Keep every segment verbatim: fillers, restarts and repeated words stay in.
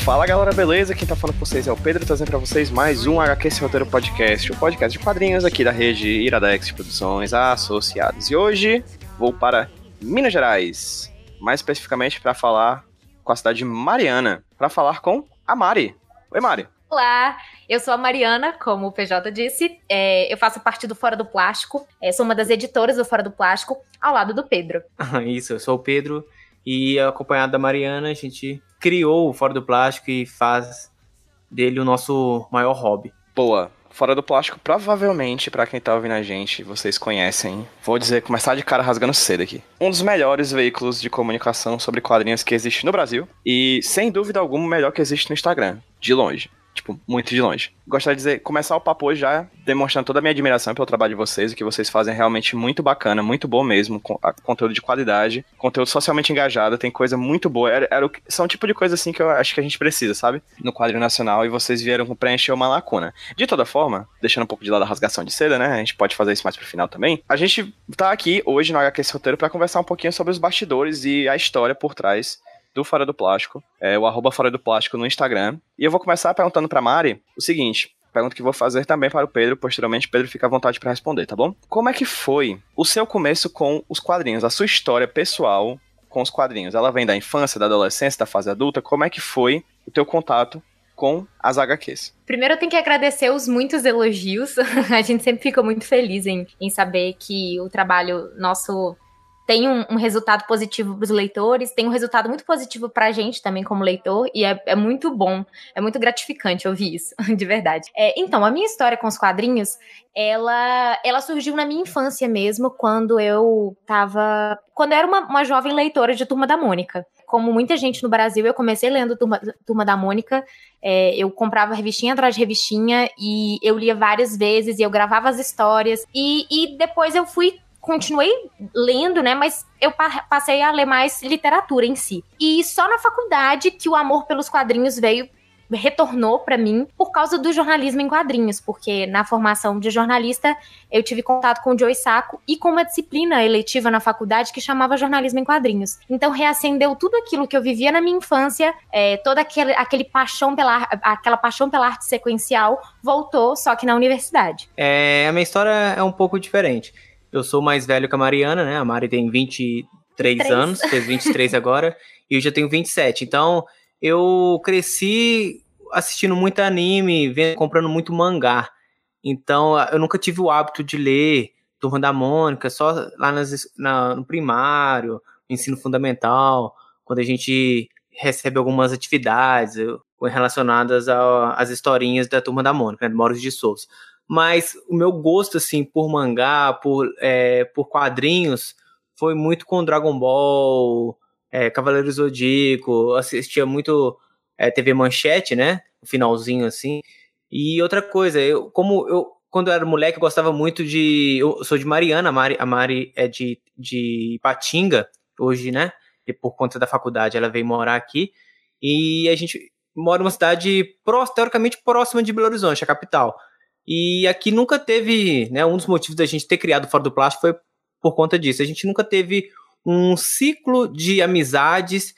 Fala galera, beleza? Quem tá falando com vocês é o Pedro, trazendo pra vocês mais um H Q Sem Roteiro Podcast, o podcast de quadrinhos aqui da rede Iradex Produções Associadas. E hoje vou para Minas Gerais, mais especificamente para falar com a cidade de Mariana, para falar com a Mari. Oi, Mari. Olá, eu sou a Mariana, como o P J disse, é, eu faço parte do Fora do Plástico, é, sou uma das editoras do Fora do Plástico, ao lado do Pedro. Isso, eu sou o Pedro e acompanhado da Mariana, a gente criou o Fora do Plástico e faz dele o nosso maior hobby. Boa. Fora do Plástico, provavelmente, pra quem tá ouvindo a gente, vocês conhecem, vou dizer, começar de cara rasgando cedo aqui. Um dos melhores veículos de comunicação sobre quadrinhos que existe no Brasil e, sem dúvida alguma, o melhor que existe no Instagram, de longe. Tipo, muito de longe. Gostaria de dizer, começar o papo hoje já demonstrando toda a minha admiração pelo trabalho de vocês. O que vocês fazem é realmente muito bacana, muito bom mesmo. Com, a, conteúdo de qualidade, conteúdo socialmente engajado, tem coisa muito boa. Era, era, são o tipo de coisa assim que eu acho que a gente precisa, sabe? No quadrinho nacional, e vocês vieram preencher uma lacuna. De toda forma, deixando um pouco de lado a rasgação de seda, né? A gente pode fazer isso mais pro final também. A gente tá aqui hoje no H Q Esse Roteiro pra conversar um pouquinho sobre os bastidores e a história por trás do Fora do Plástico, é o arroba Fora do Plástico no Instagram. E eu vou começar perguntando pra Mari o seguinte, pergunta que vou fazer também para o Pedro, posteriormente Pedro fica à vontade pra responder, tá bom? Como é que foi o seu começo com os quadrinhos, a sua história pessoal com os quadrinhos? Ela vem da infância, da adolescência, da fase adulta? Como é que foi o teu contato com as H Qs? Primeiro eu tenho que agradecer os muitos elogios, a gente sempre fica muito feliz em, em saber que o trabalho nosso tem um, um resultado positivo para os leitores, tem um resultado muito positivo para a gente também como leitor, e é, é muito bom, é muito gratificante ouvir isso, de verdade. É, então, a minha história com os quadrinhos, ela, ela surgiu na minha infância mesmo, quando eu tava... Quando eu era uma, uma jovem leitora de Turma da Mônica. Como muita gente no Brasil, eu comecei lendo Turma, Turma da Mônica, é, eu comprava revistinha atrás de revistinha, e eu lia várias vezes, e eu gravava as histórias, e, e depois eu fui continuei lendo, né, mas eu passei a ler mais literatura em si. E só na faculdade que o amor pelos quadrinhos veio, retornou pra mim por causa do jornalismo em quadrinhos, porque na formação de jornalista eu tive contato com o Joe Sacco e com uma disciplina eletiva na faculdade que chamava jornalismo em quadrinhos. Então reacendeu tudo aquilo que eu vivia na minha infância, é, toda aquele, aquele paixão pela, aquela paixão pela arte sequencial voltou, só que na universidade. É, a minha história é um pouco diferente. Eu sou mais velho que a Mariana, né? A Mari tem vinte e três anos, fez vinte e três agora, e eu já tenho vinte e sete. Então, eu cresci assistindo muito anime, vendo, comprando muito mangá. Então, eu nunca tive o hábito de ler Turma da Mônica, só lá nas, na, no primário, no ensino fundamental, quando a gente recebe algumas atividades relacionadas às historinhas da Turma da Mônica, né? Do Maurício de Souza. Mas o meu gosto, assim, por mangá, por, é, por quadrinhos, foi muito com Dragon Ball, é, Cavaleiro Zodíaco, assistia muito é, T V Manchete, né, o finalzinho, assim. E outra coisa, eu, como eu, quando eu era moleque, eu gostava muito de... Eu sou de Mariana, a Mari, a Mari é de, de Ipatinga, hoje, né, e por conta da faculdade ela veio morar aqui, e a gente mora numa cidade, pró, teoricamente, próxima de Belo Horizonte, a capital. E aqui nunca teve, né, um dos motivos da gente ter criado o Fora do Plástico foi por conta disso. A gente nunca teve um ciclo de amizades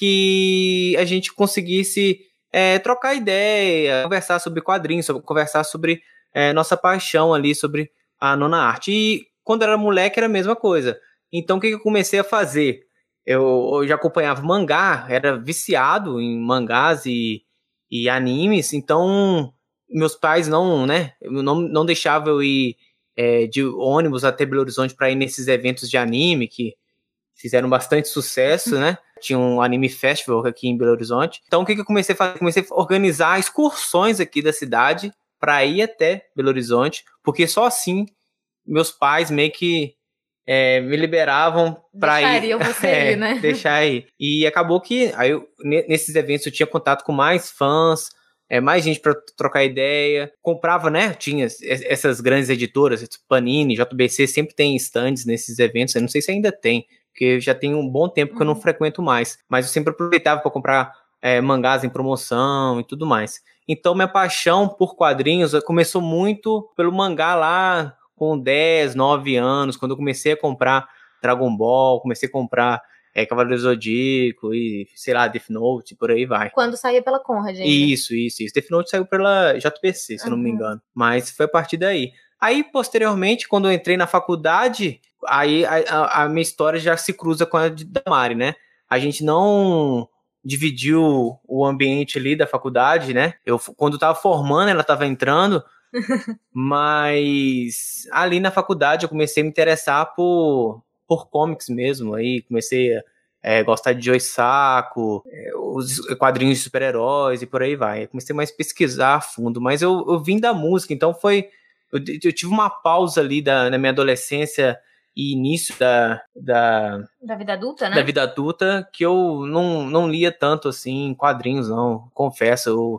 que a gente conseguisse é, trocar ideia, conversar sobre quadrinhos, sobre, conversar sobre é, nossa paixão ali, sobre a nona arte. E quando eu era moleque era a mesma coisa. Então o que eu comecei a fazer? Eu, eu já acompanhava mangá, era viciado em mangás e, e animes, então... Meus pais não, né, não, não deixavam eu ir é, de ônibus até Belo Horizonte para ir nesses eventos de anime que fizeram bastante sucesso, né? Tinha um anime festival aqui em Belo Horizonte. Então, o que, que eu comecei a fazer? Comecei a organizar excursões aqui da cidade para ir até Belo Horizonte, porque só assim meus pais meio que é, me liberavam para ir. Deixariam você é, ir, né? Deixar ir. E acabou que aí eu, nesses eventos eu tinha contato com mais fãs, É, mais gente para trocar ideia, comprava, né, tinha essas grandes editoras, Panini, J B C, sempre tem stands nesses eventos, eu não sei se ainda tem, porque já tem um bom tempo que eu não frequento mais, mas eu sempre aproveitava para comprar é, mangás em promoção e tudo mais. Então minha paixão por quadrinhos começou muito pelo mangá lá com dez, nove anos, quando eu comecei a comprar Dragon Ball, comecei a comprar é, Cavaleiro Zodíaco e, sei lá, Death Note, por aí vai. Quando saía pela Conrad, ainda. Isso, isso, isso. Death Note saiu pela J P C, se uhum. eu não me engano. Mas foi a partir daí. Aí, posteriormente, quando eu entrei na faculdade, aí a, a minha história já se cruza com a da Mari, né? A gente não dividiu o ambiente ali da faculdade, né? Eu, quando eu tava formando, ela tava entrando, mas ali na faculdade eu comecei a me interessar por, por comics mesmo. Aí comecei a é, gostar de Joe Sacco, é, os quadrinhos de super-heróis e por aí vai. Eu comecei mais a pesquisar a fundo, mas eu, eu vim da música, então foi... Eu, eu tive uma pausa ali da, na minha adolescência e início da, da... Da vida adulta, né? Da vida adulta, que eu não, não lia tanto, assim, quadrinhos, não. Confesso, eu,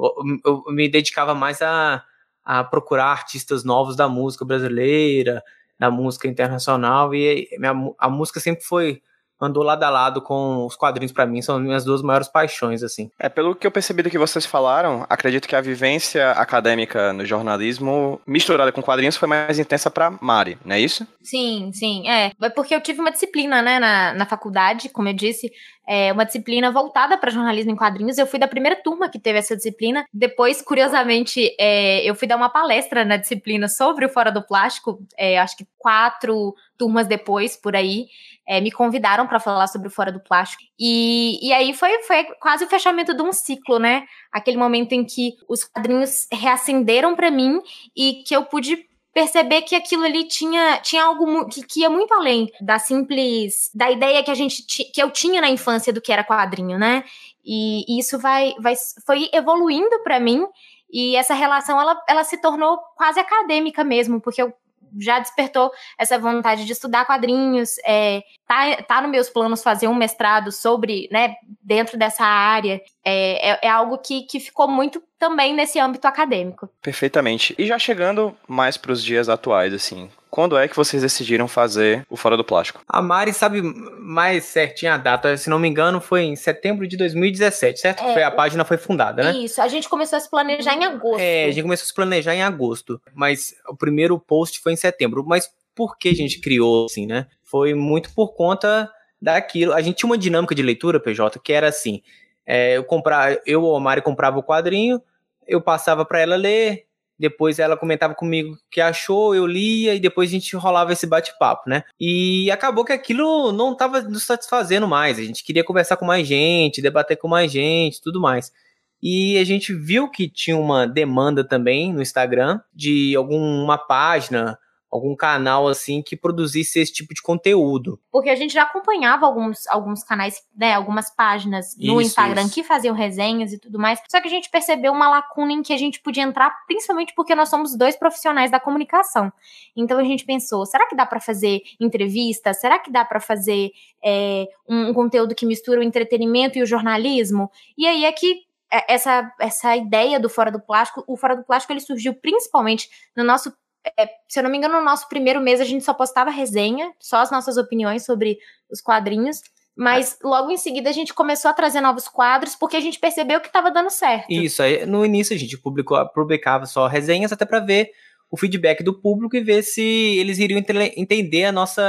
eu, eu me dedicava mais a, a procurar artistas novos da música brasileira, da música internacional, e minha, a música sempre foi... andou lado a lado com os quadrinhos, pra mim, são as minhas duas maiores paixões, assim. É, pelo que eu percebi do que vocês falaram, acredito que a vivência acadêmica no jornalismo, misturada com quadrinhos, foi mais intensa pra Mari, não é isso? Sim, sim, é. É porque eu tive uma disciplina, né, na, na faculdade, como eu disse, é uma disciplina voltada para jornalismo em quadrinhos. Eu fui da primeira turma que teve essa disciplina. Depois, curiosamente, é, eu fui dar uma palestra na disciplina sobre o Fora do Plástico, é, acho que quatro turmas depois, por aí, é, me convidaram para falar sobre o Fora do Plástico. E, e aí foi, foi quase o fechamento de um ciclo, né? Aquele momento em que os quadrinhos reacenderam para mim e que eu pude perceber que aquilo ali tinha, tinha algo que, que ia muito além da simples... da ideia que, a gente, que eu tinha na infância do que era quadrinho, né? E, e isso vai, vai, foi evoluindo para mim, e essa relação ela, ela se tornou quase acadêmica mesmo, porque eu já despertou essa vontade de estudar quadrinhos, é, tá, tá nos meus planos fazer um mestrado sobre, né, dentro dessa área, é, é, é algo que, que ficou muito também nesse âmbito acadêmico. Perfeitamente. E já chegando mais pros dias atuais, assim, quando é que vocês decidiram fazer o Fora do Plástico? A Mari sabe mais certinho a data, se não me engano, foi em setembro de dois mil e dezessete, certo? É, foi, a página foi fundada, né? Isso, a gente começou a se planejar em agosto. É, a gente começou a se planejar em agosto, mas o primeiro post foi em setembro. Mas por que a gente criou assim, né? Foi muito por conta daquilo. A gente tinha uma dinâmica de leitura, P J, que era assim, é, eu, comprar, eu ou a Mari comprava o quadrinho, eu passava para ela ler, depois ela comentava comigo o que achou, eu lia, e depois a gente rolava esse bate-papo, né? E acabou que aquilo não estava nos satisfazendo mais, a gente queria conversar com mais gente, debater com mais gente, tudo mais. E a gente viu que tinha uma demanda também no Instagram de alguma página, algum canal assim que produzisse esse tipo de conteúdo. Porque a gente já acompanhava alguns, alguns canais, né, algumas páginas no isso, Instagram isso. que faziam resenhas e tudo mais, só que a gente percebeu uma lacuna em que a gente podia entrar, principalmente porque nós somos dois profissionais da comunicação. Então a gente pensou, será que dá para fazer entrevista? Será que dá para fazer é, um, um conteúdo que mistura o entretenimento e o jornalismo? E aí é que essa, essa ideia do Fora do Plástico, o Fora do Plástico ele surgiu principalmente no nosso É, se eu não me engano, no nosso primeiro mês a gente só postava resenha, só as nossas opiniões sobre os quadrinhos, mas logo em seguida a gente começou a trazer novos quadros porque a gente percebeu que estava dando certo. Isso, aí no início a gente publicou, publicava só resenhas até para ver o feedback do público e ver se eles iriam entender a nossa,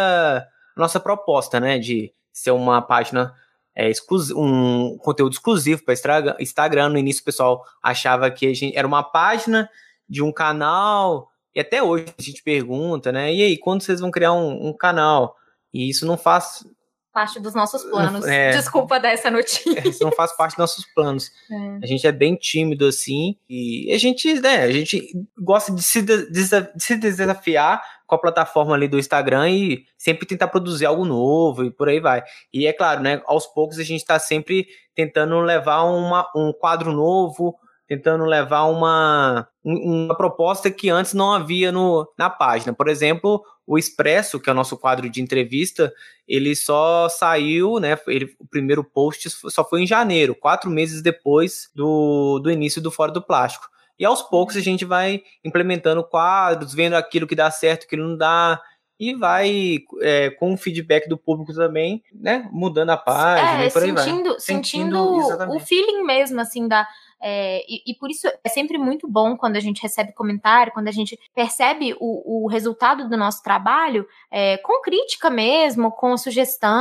a nossa proposta, né, de ser uma página, é, exclusiva, um conteúdo exclusivo para Instagram. No início o pessoal achava que a gente era uma página de um canal. E até hoje a gente pergunta, né? E aí, quando vocês vão criar um, um canal? E isso não faz... parte dos nossos planos. É, desculpa dar essa notícia. Isso não faz parte dos nossos planos. É. A gente é bem tímido, assim. E a gente, né? A gente gosta de se, de, de se desafiar com a plataforma ali do Instagram e sempre tentar produzir algo novo e por aí vai. E é claro, né? Aos poucos a gente tá sempre tentando levar uma, um quadro novo, tentando levar uma, uma proposta que antes não havia no, na página. Por exemplo, o Expresso, que é o nosso quadro de entrevista, ele só saiu, né, ele, o primeiro post só foi em janeiro, quatro meses depois do, do início do Fora do Plástico. E aos poucos a gente vai implementando quadros, vendo aquilo que dá certo, aquilo que não dá, e vai, é, com o feedback do público também, né, mudando a página é, e por aí sentindo, vai. Sentindo, sentindo o feeling mesmo, assim, da... É, e, e por isso é sempre muito bom quando a gente recebe comentário, quando a gente percebe o, o resultado do nosso trabalho, é, com crítica mesmo, com sugestão,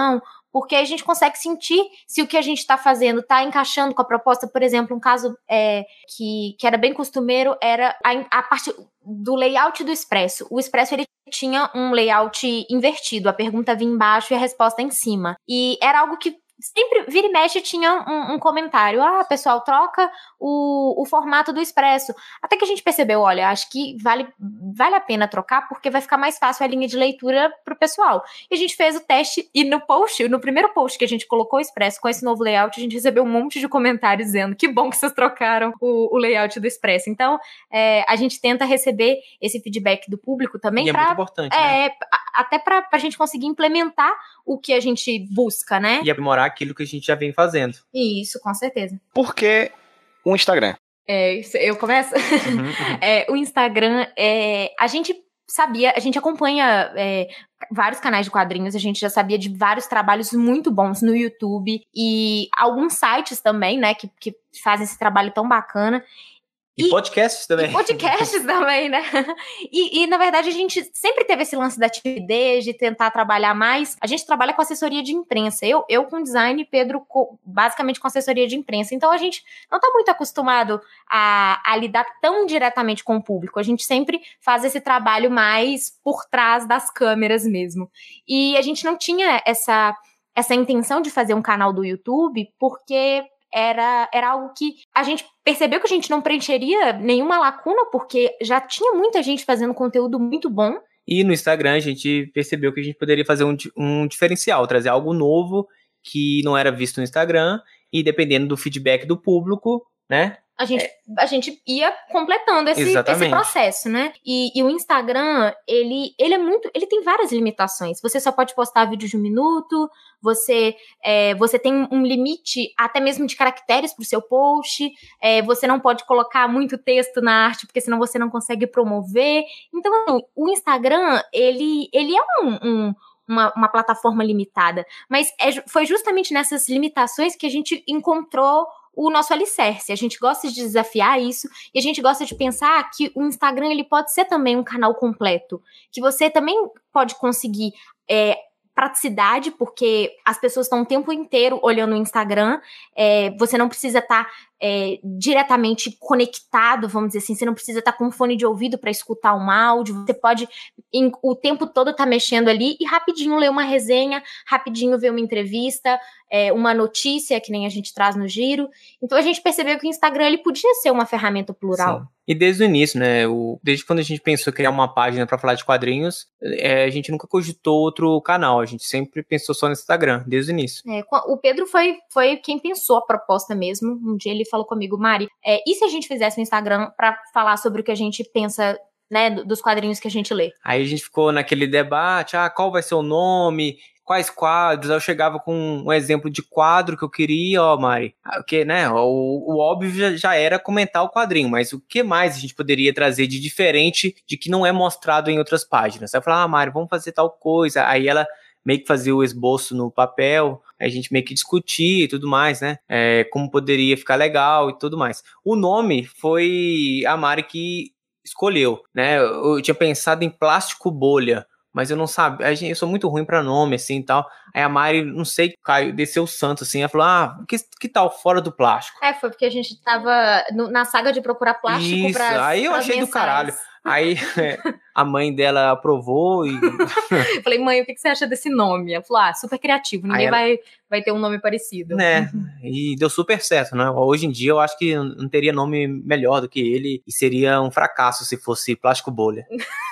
porque a gente consegue sentir se o que a gente está fazendo está encaixando com a proposta. Por exemplo, um caso é, que, que era bem costumeiro era a, a parte do layout do Expresso. O Expresso, ele tinha um layout invertido, a pergunta vinha embaixo e a resposta em cima. E era algo que sempre, vira e mexe, tinha um, um comentário. Ah, pessoal, troca o, o formato do Expresso. Até que a gente percebeu, olha, acho que vale, vale a pena trocar, porque vai ficar mais fácil a linha de leitura pro pessoal. E a gente fez o teste, e no post, no primeiro post que a gente colocou o Expresso com esse novo layout, a gente recebeu um monte de comentários dizendo que bom que vocês trocaram o, o layout do Expresso. Então, é, a gente tenta receber esse feedback do público também. E pra, é muito importante, é, né? Até pra, pra gente conseguir implementar o que a gente busca, né? E aprimorar aquilo que a gente já vem fazendo. Isso, com certeza. Por que o Instagram? É, eu começo? Uhum, uhum. É, o Instagram, é, a gente sabia, a gente acompanha é, vários canais de quadrinhos, a gente já sabia de vários trabalhos muito bons no YouTube e alguns sites também, né, que, que fazem esse trabalho tão bacana. E, e podcasts também. E podcasts também, né? E, e, na verdade, a gente sempre teve esse lance da timidez, de tentar trabalhar mais. A gente trabalha com assessoria de imprensa. Eu, eu com design, Pedro com, basicamente com assessoria de imprensa. Então, a gente não tá muito acostumado a, a lidar tão diretamente com o público. A gente sempre faz esse trabalho mais por trás das câmeras mesmo. E a gente não tinha essa, essa intenção de fazer um canal do YouTube, porque... Era, era algo que a gente percebeu que a gente não preencheria nenhuma lacuna, porque já tinha muita gente fazendo conteúdo muito bom. E no Instagram a gente percebeu que a gente poderia fazer um, um diferencial, trazer algo novo que não era visto no Instagram, e dependendo do feedback do público, né? A gente, é. a gente ia completando esse, esse processo, né? E, e o Instagram, ele, ele é muito... Ele tem várias limitações. Você só pode postar vídeo de um minuto, você, é, você tem um limite até mesmo de caracteres pro seu post, é, você não pode colocar muito texto na arte, porque senão você não consegue promover. Então, assim, o Instagram, ele, ele é um... um Uma, uma plataforma limitada, mas é, foi justamente nessas limitações que a gente encontrou o nosso alicerce. A gente gosta de desafiar isso e a gente gosta de pensar que o Instagram ele pode ser também um canal completo, que você também pode conseguir é, praticidade, porque as pessoas estão o tempo inteiro olhando o Instagram, é, você não precisa estar tá, é, diretamente conectado, vamos dizer assim, você não precisa estar tá com um fone de ouvido para escutar um áudio, você pode em, o tempo todo estar tá mexendo ali e rapidinho ler uma resenha, rapidinho ver uma entrevista, é, uma notícia, que nem a gente traz no Giro. Então a gente percebeu que o Instagram ele podia ser uma ferramenta plural. Sim. E desde o início, né, o, desde quando a gente pensou em criar uma página para falar de quadrinhos, é, a gente nunca cogitou outro canal, a gente sempre pensou só no Instagram, desde o início. É, o Pedro foi, foi quem pensou a proposta mesmo. Um dia ele falou comigo, Mari, é, e se a gente fizesse um Instagram para falar sobre o que a gente pensa, né, dos quadrinhos que a gente lê? Aí a gente ficou naquele debate, ah, qual vai ser o nome, quais quadros. Aí eu chegava com um exemplo de quadro que eu queria, ó, Mari, porque, né, o, o óbvio já, já era comentar o quadrinho, mas o que mais a gente poderia trazer de diferente de que não é mostrado em outras páginas? Aí eu falava, ah, Mari, vamos fazer tal coisa. Aí ela meio que fazia o esboço no papel, a gente meio que discutia e tudo mais, né, é, como poderia ficar legal e tudo mais. O nome foi a Mari que escolheu, né, eu tinha pensado em Plástico Bolha, mas eu não sabia, eu sou muito ruim pra nome, assim, e tal. Aí a Mari, não sei, caiu, desceu o santo, assim, ela falou, ah, que, que tal Fora do Plástico? É, foi porque a gente tava no, na saga de procurar plástico. Isso, pras, aí eu achei mensais. Do caralho. Aí é, a mãe dela aprovou e... Falei, mãe, o que você acha desse nome? Ela falou, ah, super criativo, ninguém ela... vai, vai ter um nome parecido. Né, e deu super certo, né? Hoje em dia eu acho que não teria nome melhor do que ele e seria um fracasso se fosse Plástico Bolha.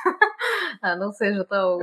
Ah, não seja tão...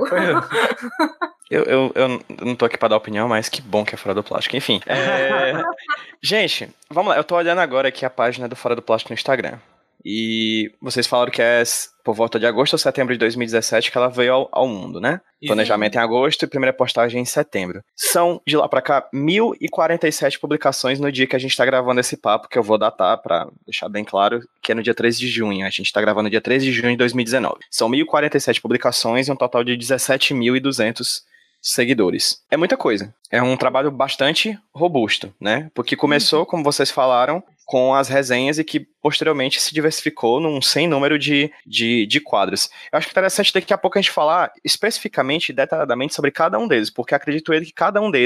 Eu, eu, eu não tô aqui pra dar opinião, mas que bom que é Fora do Plástico. Enfim. É... Gente, vamos lá. Eu tô olhando agora aqui a página do Fora do Plástico no Instagram. E vocês falaram que é por volta de agosto ou setembro de dois mil e dezessete que ela veio ao, ao mundo, né? Isso. Planejamento em agosto e primeira postagem em setembro. São, de lá pra cá, mil e quarenta e sete publicações no dia que a gente tá gravando esse papo, que eu vou datar pra deixar bem claro, que é no dia treze de junho. A gente tá gravando no dia treze de junho de dois mil e dezenove. São mil e quarenta e sete publicações e um total de dezessete mil e duzentos seguidores. É muita coisa. É um trabalho bastante robusto, né? Porque começou, como vocês falaram, com as resenhas e que posteriormente se diversificou num sem número de, de, de quadros. Eu acho interessante daqui a pouco a gente falar especificamente e detalhadamente sobre cada um deles, porque acredito ele que cada um deles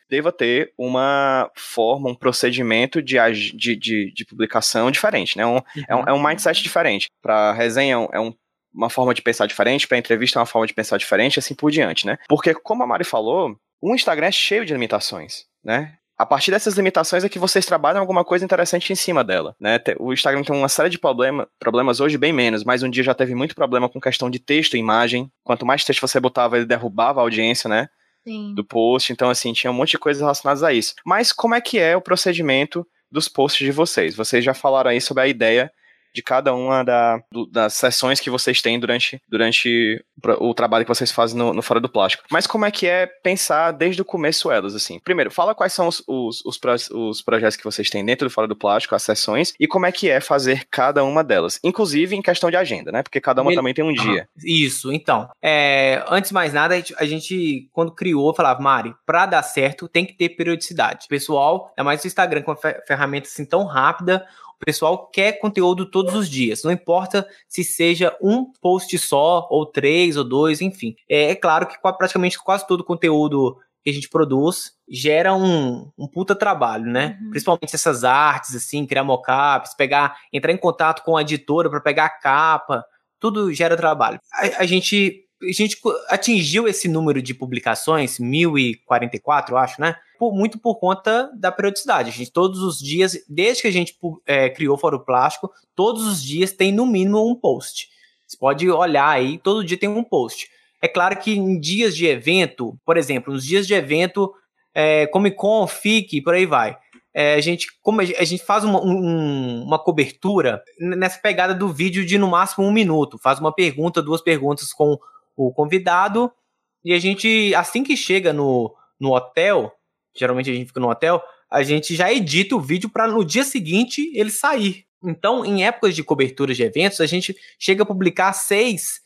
deva ter uma forma, um procedimento de, de, de, de publicação diferente, né? Um, uhum. é, um, é um mindset diferente. Para resenha é um uma forma de pensar diferente, para entrevista é uma forma de pensar diferente, assim por diante, né? Porque, como a Mari falou, o Instagram é cheio de limitações, né? A partir dessas limitações é que vocês trabalham alguma coisa interessante em cima dela, né? O Instagram tem uma série de problema, problemas hoje bem menos, mas um dia já teve muito problema com questão de texto e imagem. Quanto mais texto você botava, ele derrubava a audiência, né? Sim. Do post. Então, assim, tinha um monte de coisas relacionadas a isso. Mas como é que é o procedimento dos posts de vocês? Vocês já falaram aí sobre a ideia de cada uma da, do, das sessões que vocês têm durante, durante o trabalho que vocês fazem no, no Fora do Plástico. Mas como é que é pensar desde o começo elas, assim? Primeiro, fala quais são os, os, os, pro, os projetos que vocês têm dentro do Fora do Plástico, as sessões, e como é que é fazer cada uma delas. Inclusive em questão de agenda, né? Porque cada uma também tem um dia. Isso, então. É, antes de mais nada, a gente, a gente, quando criou, falava, Mari, pra dar certo, tem que ter periodicidade. O pessoal, ainda mais o Instagram, com uma ferramenta assim tão rápida, o pessoal quer conteúdo todos os dias, não importa se seja um post só, ou três, ou dois, enfim. É, é claro que praticamente quase todo o conteúdo que a gente produz gera um, um puta trabalho, né? Uhum. Principalmente essas artes, assim, criar mockups, pegar, entrar em contato com a editora para pegar a capa, tudo gera trabalho. A, a gente... A gente atingiu esse número de publicações, mil e quarenta e quatro, eu acho, né? Por, muito por conta da periodicidade. A gente, todos os dias, desde que a gente é, criou o Fora do Plástico, todos os dias tem no mínimo um post. Você pode olhar aí, todo dia tem um post. É claro que em dias de evento, por exemplo, nos dias de evento, é, Comic Con, F I C, por aí vai. É, a, gente, como a gente faz uma, um, uma cobertura nessa pegada do vídeo de no máximo um minuto. Faz uma pergunta, duas perguntas com o convidado, e a gente, assim que chega no, no hotel, geralmente a gente fica no hotel, a gente já edita o vídeo para no dia seguinte ele sair. Então, em épocas de cobertura de eventos, a gente chega a publicar seis,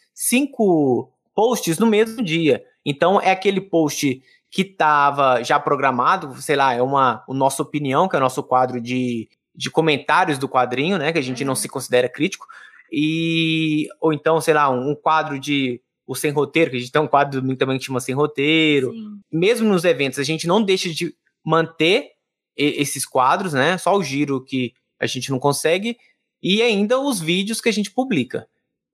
cinco posts no mesmo dia. Então, é aquele post que estava já programado, sei lá, é uma, a nossa opinião, que é o nosso quadro de, de comentários do quadrinho, né, que a gente não se considera crítico, e, ou então, sei lá, um, um quadro de o Sem Roteiro, que a gente tem um quadro domingo também que chama Sem Roteiro. Sim. Mesmo nos eventos, a gente não deixa de manter e- esses quadros, né? Só o giro que a gente não consegue, e ainda os vídeos que a gente publica.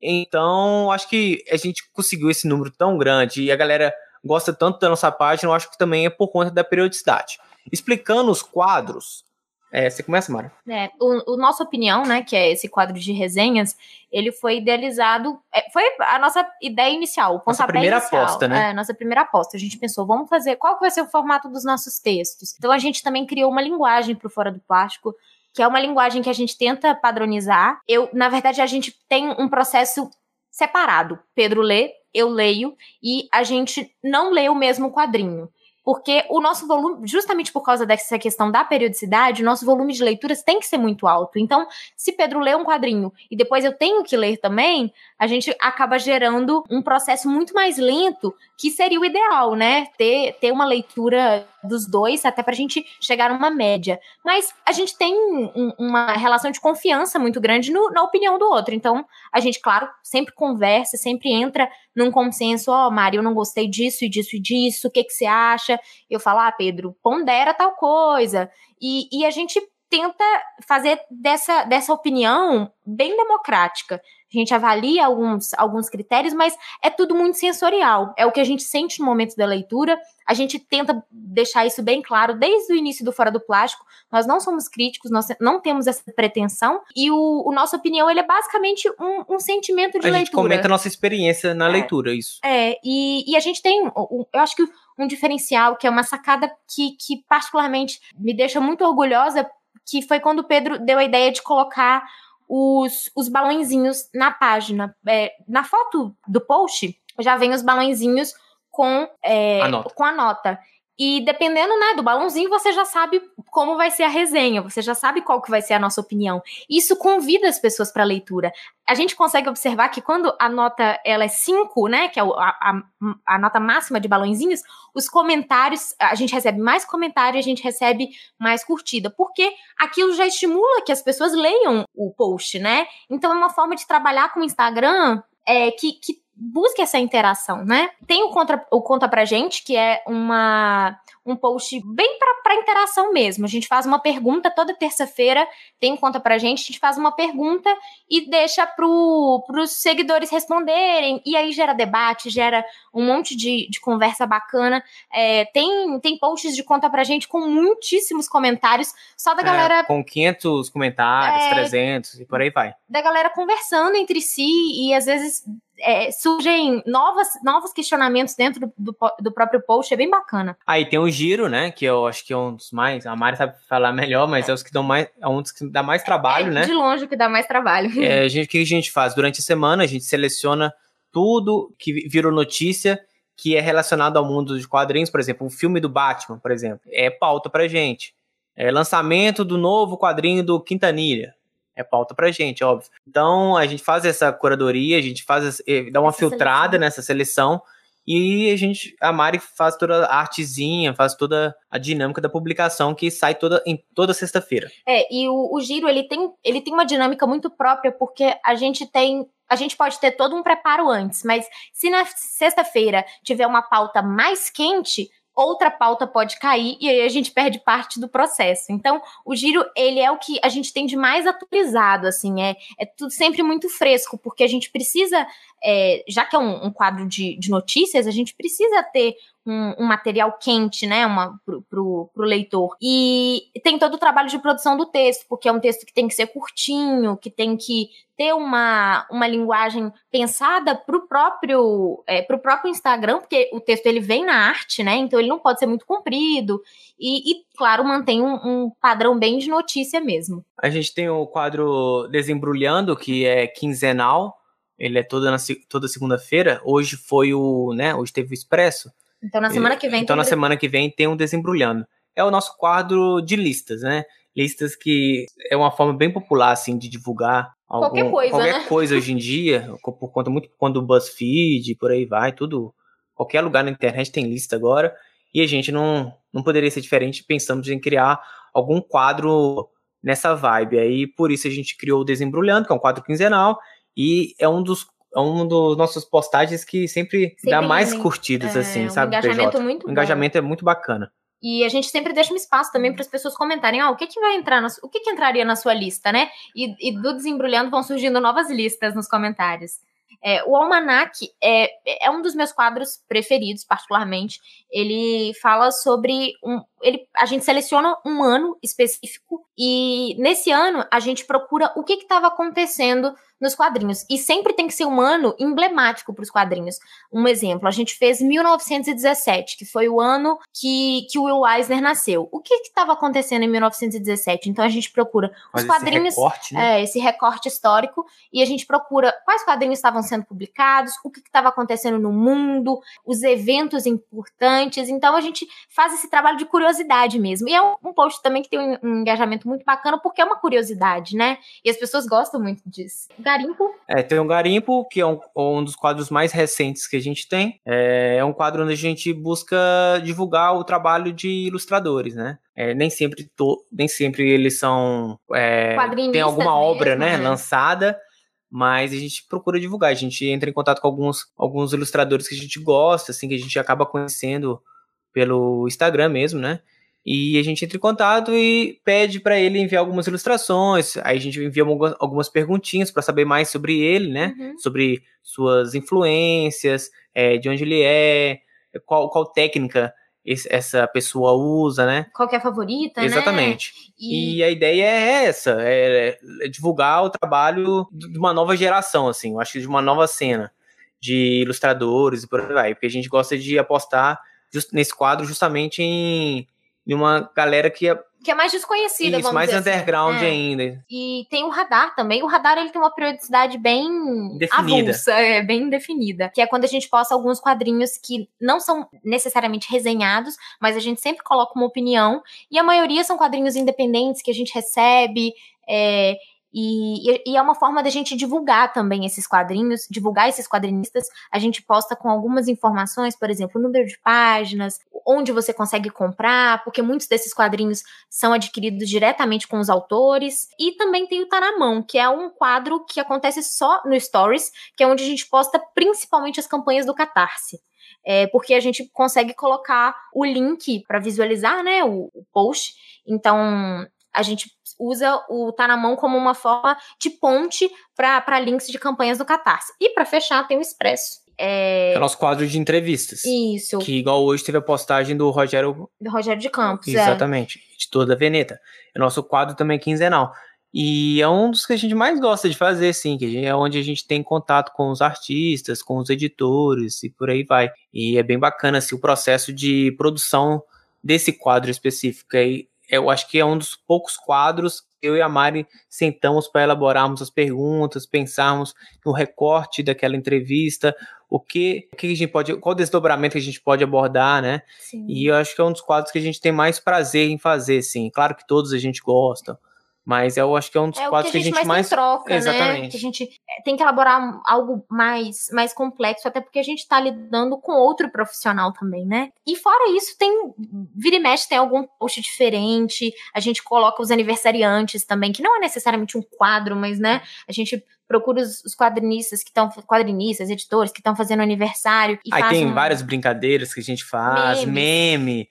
Então, acho que a gente conseguiu esse número tão grande e a galera gosta tanto da nossa página, eu acho que também é por conta da periodicidade. Explicando os quadros, é, você começa, Mara? É, o, o Nossa Opinião, né, que é esse quadro de resenhas, ele foi idealizado, é, foi a nossa ideia inicial, o nossa primeira inicial, aposta, né? É, nossa primeira aposta. A gente pensou, vamos fazer, qual que vai ser o formato dos nossos textos? Então a gente também criou uma linguagem para o Fora do Plástico, que é uma linguagem que a gente tenta padronizar. Eu, na verdade, a gente tem um processo separado. Pedro lê, eu leio, e a gente não lê o mesmo quadrinho. Porque o nosso volume, justamente por causa dessa questão da periodicidade, o nosso volume de leituras tem que ser muito alto. Então, se Pedro lê um quadrinho e depois eu tenho que ler também, a gente acaba gerando um processo muito mais lento, que seria o ideal, né? Ter, ter uma leitura dos dois, até pra gente chegar numa média. Mas a gente tem um, uma relação de confiança muito grande no, na opinião do outro. Então, a gente, claro, sempre conversa, sempre entra num consenso. Ó, oh, Mari, eu não gostei disso e disso e disso, o que que você acha? Eu falo, ah, Pedro, pondera tal coisa. E, e a gente tenta fazer dessa, dessa opinião bem democrática. A gente avalia alguns, alguns critérios, mas é tudo muito sensorial. É o que a gente sente no momento da leitura. A gente tenta deixar isso bem claro desde o início do Fora do Plástico. Nós não somos críticos, nós não temos essa pretensão. E o, o nossa opinião, ele é basicamente um, um sentimento de a leitura. A gente comenta a nossa experiência na é, leitura, isso. É, e, e a gente tem, eu acho que um diferencial, que é uma sacada que, que particularmente me deixa muito orgulhosa, que foi quando o Pedro deu a ideia de colocar os, os balõezinhos na página. É, na foto do post, já vem os balõezinhos com, é, a nota. com a nota. E dependendo, né, do balãozinho, você já sabe como vai ser a resenha, você já sabe qual que vai ser a nossa opinião. Isso convida as pessoas para a leitura. A gente consegue observar que quando a nota ela é cinco, né, que é a, a, a nota máxima de balãozinhos, os comentários, a gente recebe mais comentário, a gente recebe mais curtida, porque aquilo já estimula que as pessoas leiam o post, né? Então é uma forma de trabalhar com o Instagram é, que, que busque essa interação, né? Tem o Conta, o Conta Pra Gente, que é uma, um post bem pra, pra interação mesmo. A gente faz uma pergunta toda terça-feira, tem o Conta Pra Gente, a gente faz uma pergunta e deixa pro, pros seguidores responderem, e aí gera debate, gera um monte de, de conversa bacana. É, tem, tem posts de Conta Pra Gente com muitíssimos comentários, só da galera... É, com quinhentos comentários, é, trezentos e por aí vai. Da galera conversando entre si e às vezes é, surgem novas, novos questionamentos dentro do, do próprio post, é bem bacana. Aí tem o Giro, né, que eu acho que é um dos mais, a Mari sabe falar melhor, mas é, é os que dão mais, é um dos que dá mais trabalho, é, né? De longe o que dá mais trabalho. É, a gente, o que a gente faz? Durante a semana a gente seleciona tudo que virou notícia que é relacionado ao mundo de quadrinhos, por exemplo, o filme do Batman, por exemplo, é pauta pra gente. É lançamento do novo quadrinho do Quintanilha, é pauta pra gente, óbvio. Então, a gente faz essa curadoria, a gente faz, dá uma essa filtrada seleção. nessa seleção, e a gente, a Mari faz toda a artezinha, faz toda a dinâmica da publicação, que sai toda, em toda sexta-feira. É, e o, o Giro, ele tem, ele tem uma dinâmica muito própria, porque a gente tem... A gente pode ter todo um preparo antes, mas se na sexta-feira tiver uma pauta mais quente, outra pauta pode cair e aí a gente perde parte do processo. Então, o Giro, ele é o que a gente tem de mais atualizado, assim, é, é tudo sempre muito fresco, porque a gente precisa, é, já que é um, um quadro de, de notícias, a gente precisa ter um, um material quente, né, uma, pro, pro, pro leitor. E tem todo o trabalho de produção do texto, porque é um texto que tem que ser curtinho, que tem que ter uma, uma linguagem pensada pro próprio, é, pro próprio Instagram, porque o texto ele vem na arte, né? Então ele não pode ser muito comprido. E, e claro, mantém um, um padrão bem de notícia mesmo. A gente tem o quadro Desembrulhando, que é quinzenal. Ele é toda, na, toda segunda-feira. Hoje foi o, né? Hoje teve o Expresso. Então na semana que vem Então tem... na semana que vem tem um Desembrulhando. É o nosso quadro de listas, né? Listas que é uma forma bem popular, assim, de divulgar algum, qualquer coisa, qualquer né? coisa hoje em dia, por conta muito por conta do BuzzFeed, por aí vai, tudo. Qualquer lugar na internet tem lista agora. E a gente não, não poderia ser diferente. Pensamos em criar algum quadro nessa vibe. Aí por isso a gente criou o Desembrulhando, que é um quadro quinzenal. E é um dos é um dos nossos postagens que sempre, sempre dá mais rendem, curtidas, é, assim, sabe? Um engajamento P J? muito bom. O engajamento é muito bacana. E a gente sempre deixa um espaço também para as pessoas comentarem, ah, o que que vai entrar, na, o que que entraria na sua lista, né? E, e do Desembrulhando vão surgindo novas listas nos comentários. É, o Almanac é, é um dos meus quadros preferidos, particularmente. Ele fala sobre... Um, ele, a gente seleciona um ano específico e nesse ano a gente procura o que estava acontecendo nos quadrinhos. E sempre tem que ser um ano emblemático para os quadrinhos. Um exemplo, a gente fez mil novecentos e dezessete, que foi o ano que, que o Will Eisner nasceu. O que estava acontecendo em mil novecentos e dezessete? Então a gente procura os Mas quadrinhos... Esse recorte, né? É, esse recorte histórico, e a gente procura quais quadrinhos estavam sendo publicados, o que estava acontecendo no mundo, os eventos importantes. Então a gente faz esse trabalho de curiosidade mesmo. E é um, um post também que tem um, um engajamento muito bacana, porque é uma curiosidade, né? E as pessoas gostam muito disso. Garimpo. É, tem um Garimpo, que é um, um dos quadros mais recentes que a gente tem. É, é um quadro onde a gente busca divulgar o trabalho de ilustradores, né? É, nem sempre to, nem sempre eles são é, tem alguma obra, mesmo, né, né, lançada, mas a gente procura divulgar. A gente entra em contato com alguns, alguns ilustradores que a gente gosta, assim, que a gente acaba conhecendo pelo Instagram mesmo, né? E a gente entra em contato e pede para ele enviar algumas ilustrações. Aí a gente envia algumas perguntinhas para saber mais sobre ele, né? Uhum. Sobre suas influências, é, de onde ele é, qual, qual técnica esse, essa pessoa usa, né? Qual que é a favorita, Exatamente. né? E... e a ideia é essa, é, é divulgar o trabalho de uma nova geração, assim. Eu acho que de uma nova cena de ilustradores e por aí vai. Porque a gente gosta de apostar just, nesse quadro justamente em... de uma galera que é... Que é mais desconhecida, Isso, vamos mais dizer underground assim. É. ainda. E tem o Radar também. O Radar, ele tem uma periodicidade bem definida. avulsa, é, bem definida. Que é quando a gente posta alguns quadrinhos que não são necessariamente resenhados, mas a gente sempre coloca uma opinião. E a maioria são quadrinhos independentes que a gente recebe... É, E, e é uma forma da gente divulgar também esses quadrinhos, divulgar esses quadrinistas. A gente posta com algumas informações, por exemplo, o número de páginas, onde você consegue comprar, porque muitos desses quadrinhos são adquiridos diretamente com os autores. E também tem o Tá Na Mão, que é um quadro que acontece só no Stories, que é onde a gente posta principalmente as campanhas do Catarse. É, porque a gente consegue colocar o link para visualizar, né, o, o post. Então, a gente usa o Tá Na Mão como uma forma de ponte para links de campanhas do Catarse. E para fechar, tem o Expresso. É... é o nosso quadro de entrevistas. Isso. Que igual hoje teve a postagem do Rogério... Do Rogério de Campos, Exatamente. É. Editor da Veneta. É o nosso quadro também quinzenal. E é um dos que a gente mais gosta de fazer, sim. Que é onde a gente tem contato com os artistas, com os editores e por aí vai. E é bem bacana, assim, o processo de produção desse quadro específico. E eu acho que é um dos poucos quadros eu e a Mari sentamos para elaborarmos as perguntas, pensarmos no recorte daquela entrevista, o que, o que a gente pode, qual desdobramento que a gente pode abordar, né? Sim. E eu acho que é um dos quadros que a gente tem mais prazer em fazer, sim. Claro que todos a gente gosta, mas eu acho que é um dos é quadros que a gente, que a gente mais, mais tem troca, exatamente. Né? Que a gente tem que elaborar algo mais, mais complexo, até porque a gente está lidando com outro profissional também, né? E fora isso, tem vira e mexe, tem algum post diferente, a gente coloca os aniversariantes também, que não é necessariamente um quadro, mas, né, a gente procura os, os quadrinistas que estão, quadrinistas, editores que estão fazendo aniversário. E Aí faz tem um... várias brincadeiras que a gente faz, Memes. meme,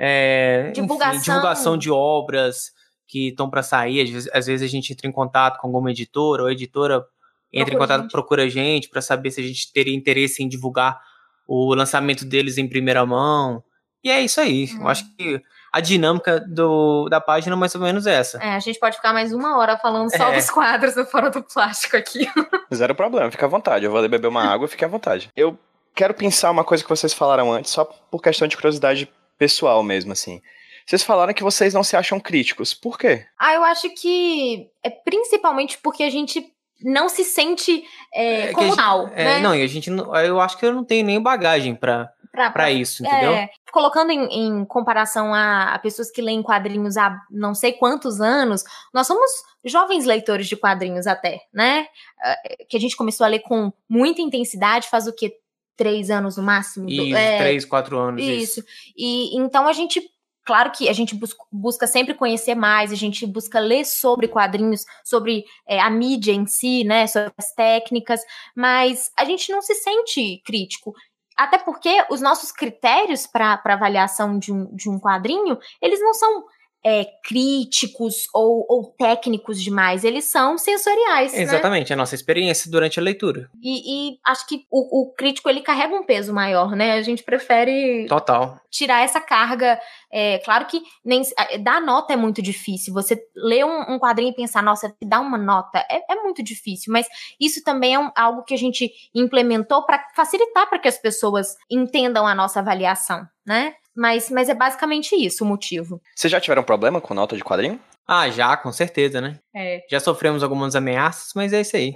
é, divulgação. Enfim, divulgação de obras que estão para sair. Às vezes, às vezes a gente entra em contato com alguma editora, ou a editora entra procura em contato, gente. procura a gente para saber se a gente teria interesse em divulgar o lançamento deles em primeira mão. E é isso aí. Hum. Eu acho que a dinâmica do, da página é mais ou menos essa. É, a gente pode ficar mais uma hora falando só é. dos quadros do Fora do Plástico aqui. Zero problema, fica à vontade. Eu vou ali beber uma água, fique à vontade. Eu quero pensar uma coisa que vocês falaram antes, só por questão de curiosidade pessoal mesmo, assim. Vocês falaram que vocês não se acham críticos. Por quê? Ah, eu acho que é principalmente porque a gente não se sente é, como gente, tal, é, né? Não, e a gente, eu acho que eu não tenho nem bagagem pra, pra, pra isso, entendeu? É, colocando em, em comparação a, a pessoas que leem quadrinhos há não sei quantos anos, nós somos jovens leitores de quadrinhos até, né? Que a gente começou a ler com muita intensidade, faz o quê? Três anos no máximo? Isso, é, três, quatro anos. Isso. isso. E então a gente... Claro que a gente busca, busca sempre conhecer mais, a gente busca ler sobre quadrinhos, sobre é, a mídia em si, né, sobre as técnicas, mas a gente não se sente crítico. Até porque os nossos critérios para avaliação de um, de um quadrinho, eles não são é, críticos ou, ou técnicos demais, eles são sensoriais. Exatamente, né? A nossa experiência durante a leitura. E, e acho que o, o crítico, ele carrega um peso maior, né? A gente prefere... Total. Tirar essa carga. É, claro que nem, dar nota é muito difícil. Você ler um, um quadrinho e pensar, nossa, dar uma nota é, é muito difícil. Mas isso também é um, algo que a gente implementou para facilitar para que as pessoas entendam a nossa avaliação, né? Mas, mas é basicamente isso o motivo. Vocês já tiveram problema com nota de quadrinho? Ah, já, com certeza, né? É. Já sofremos algumas ameaças, mas é isso aí.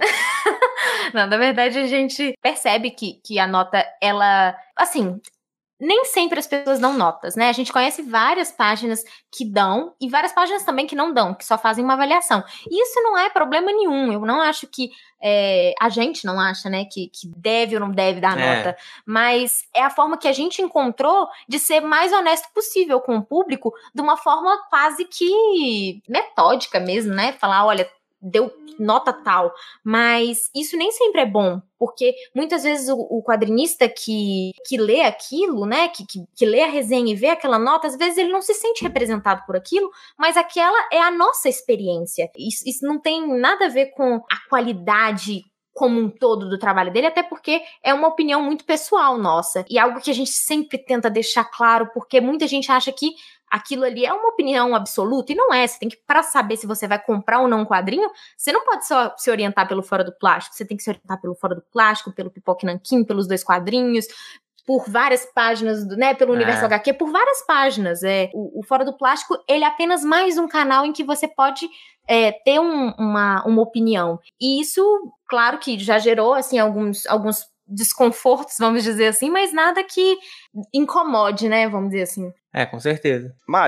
Não, na verdade a gente percebe que, que a nota, ela... Assim... Nem sempre as pessoas dão notas, né? A gente conhece várias páginas que dão e várias páginas também que não dão, que só fazem uma avaliação. E isso não é problema nenhum. Eu não acho que... É, a gente não acha, né, que, que deve ou não deve dar é. nota. Mas é a forma que a gente encontrou de ser mais honesto possível com o público, de uma forma quase que metódica mesmo, né? Falar, olha... deu nota tal, mas isso nem sempre é bom, porque muitas vezes o, o quadrinista que, que lê aquilo, né, que, que, que lê a resenha e vê aquela nota, às vezes ele não se sente representado por aquilo, mas aquela é a nossa experiência. Isso, isso não tem nada a ver com a qualidade como um todo do trabalho dele, até porque é uma opinião muito pessoal nossa, e algo que a gente sempre tenta deixar claro, porque muita gente acha que aquilo ali é uma opinião absoluta, e não é. Você tem que, para saber se você vai comprar ou não um quadrinho, você não pode só se orientar pelo Fora do Plástico, você tem que se orientar pelo Fora do Plástico, pelo Pipoca e Nanquim, pelos dois quadrinhos, por várias páginas, né, pelo Universo é. agá quê, por várias páginas. É, o, o Fora do Plástico, ele é apenas mais um canal em que você pode é, ter um, uma, uma opinião. E isso, claro que já gerou, assim, alguns, alguns desconfortos, vamos dizer assim, mas nada que incomode, né, vamos dizer assim. É, com certeza. Mari,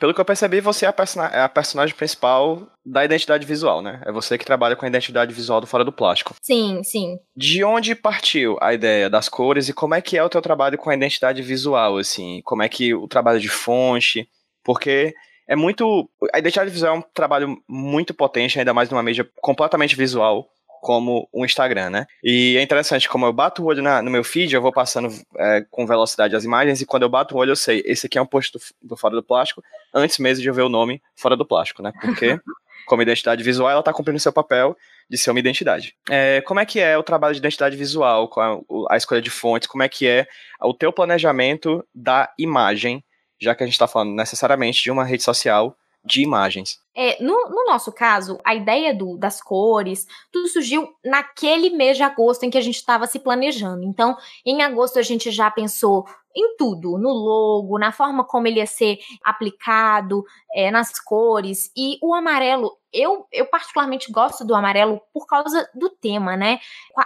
pelo que eu percebi, você é a, persona- é a personagem principal da identidade visual, né? É você que trabalha com a identidade visual do Fora do Plástico. Sim, sim. De onde partiu a ideia das cores e como é que é o teu trabalho com a identidade visual, assim? Como é que o trabalho de fonte? Porque é muito... A identidade visual é um trabalho muito potente, ainda mais numa mídia completamente visual, como o Instagram, né? E é interessante, como eu bato o olho na, no meu feed, eu vou passando é, com velocidade as imagens, e quando eu bato o olho eu sei, esse aqui é um post do, do Fora do Plástico, antes mesmo de eu ver o nome Fora do Plástico, né? Porque, como identidade visual, ela tá cumprindo seu papel de ser uma identidade. É, como é que é o trabalho de identidade visual, com a, a escolha de fontes, como é que é o teu planejamento da imagem, já que a gente tá falando necessariamente de uma rede social de imagens? É, no, no nosso caso, a ideia do, das cores, tudo surgiu naquele mês de agosto em que a gente estava se planejando. Então, em agosto a gente já pensou em tudo, no logo, na forma como ele ia ser aplicado, é, nas cores. E o amarelo, eu, eu particularmente gosto do amarelo por causa do tema, né?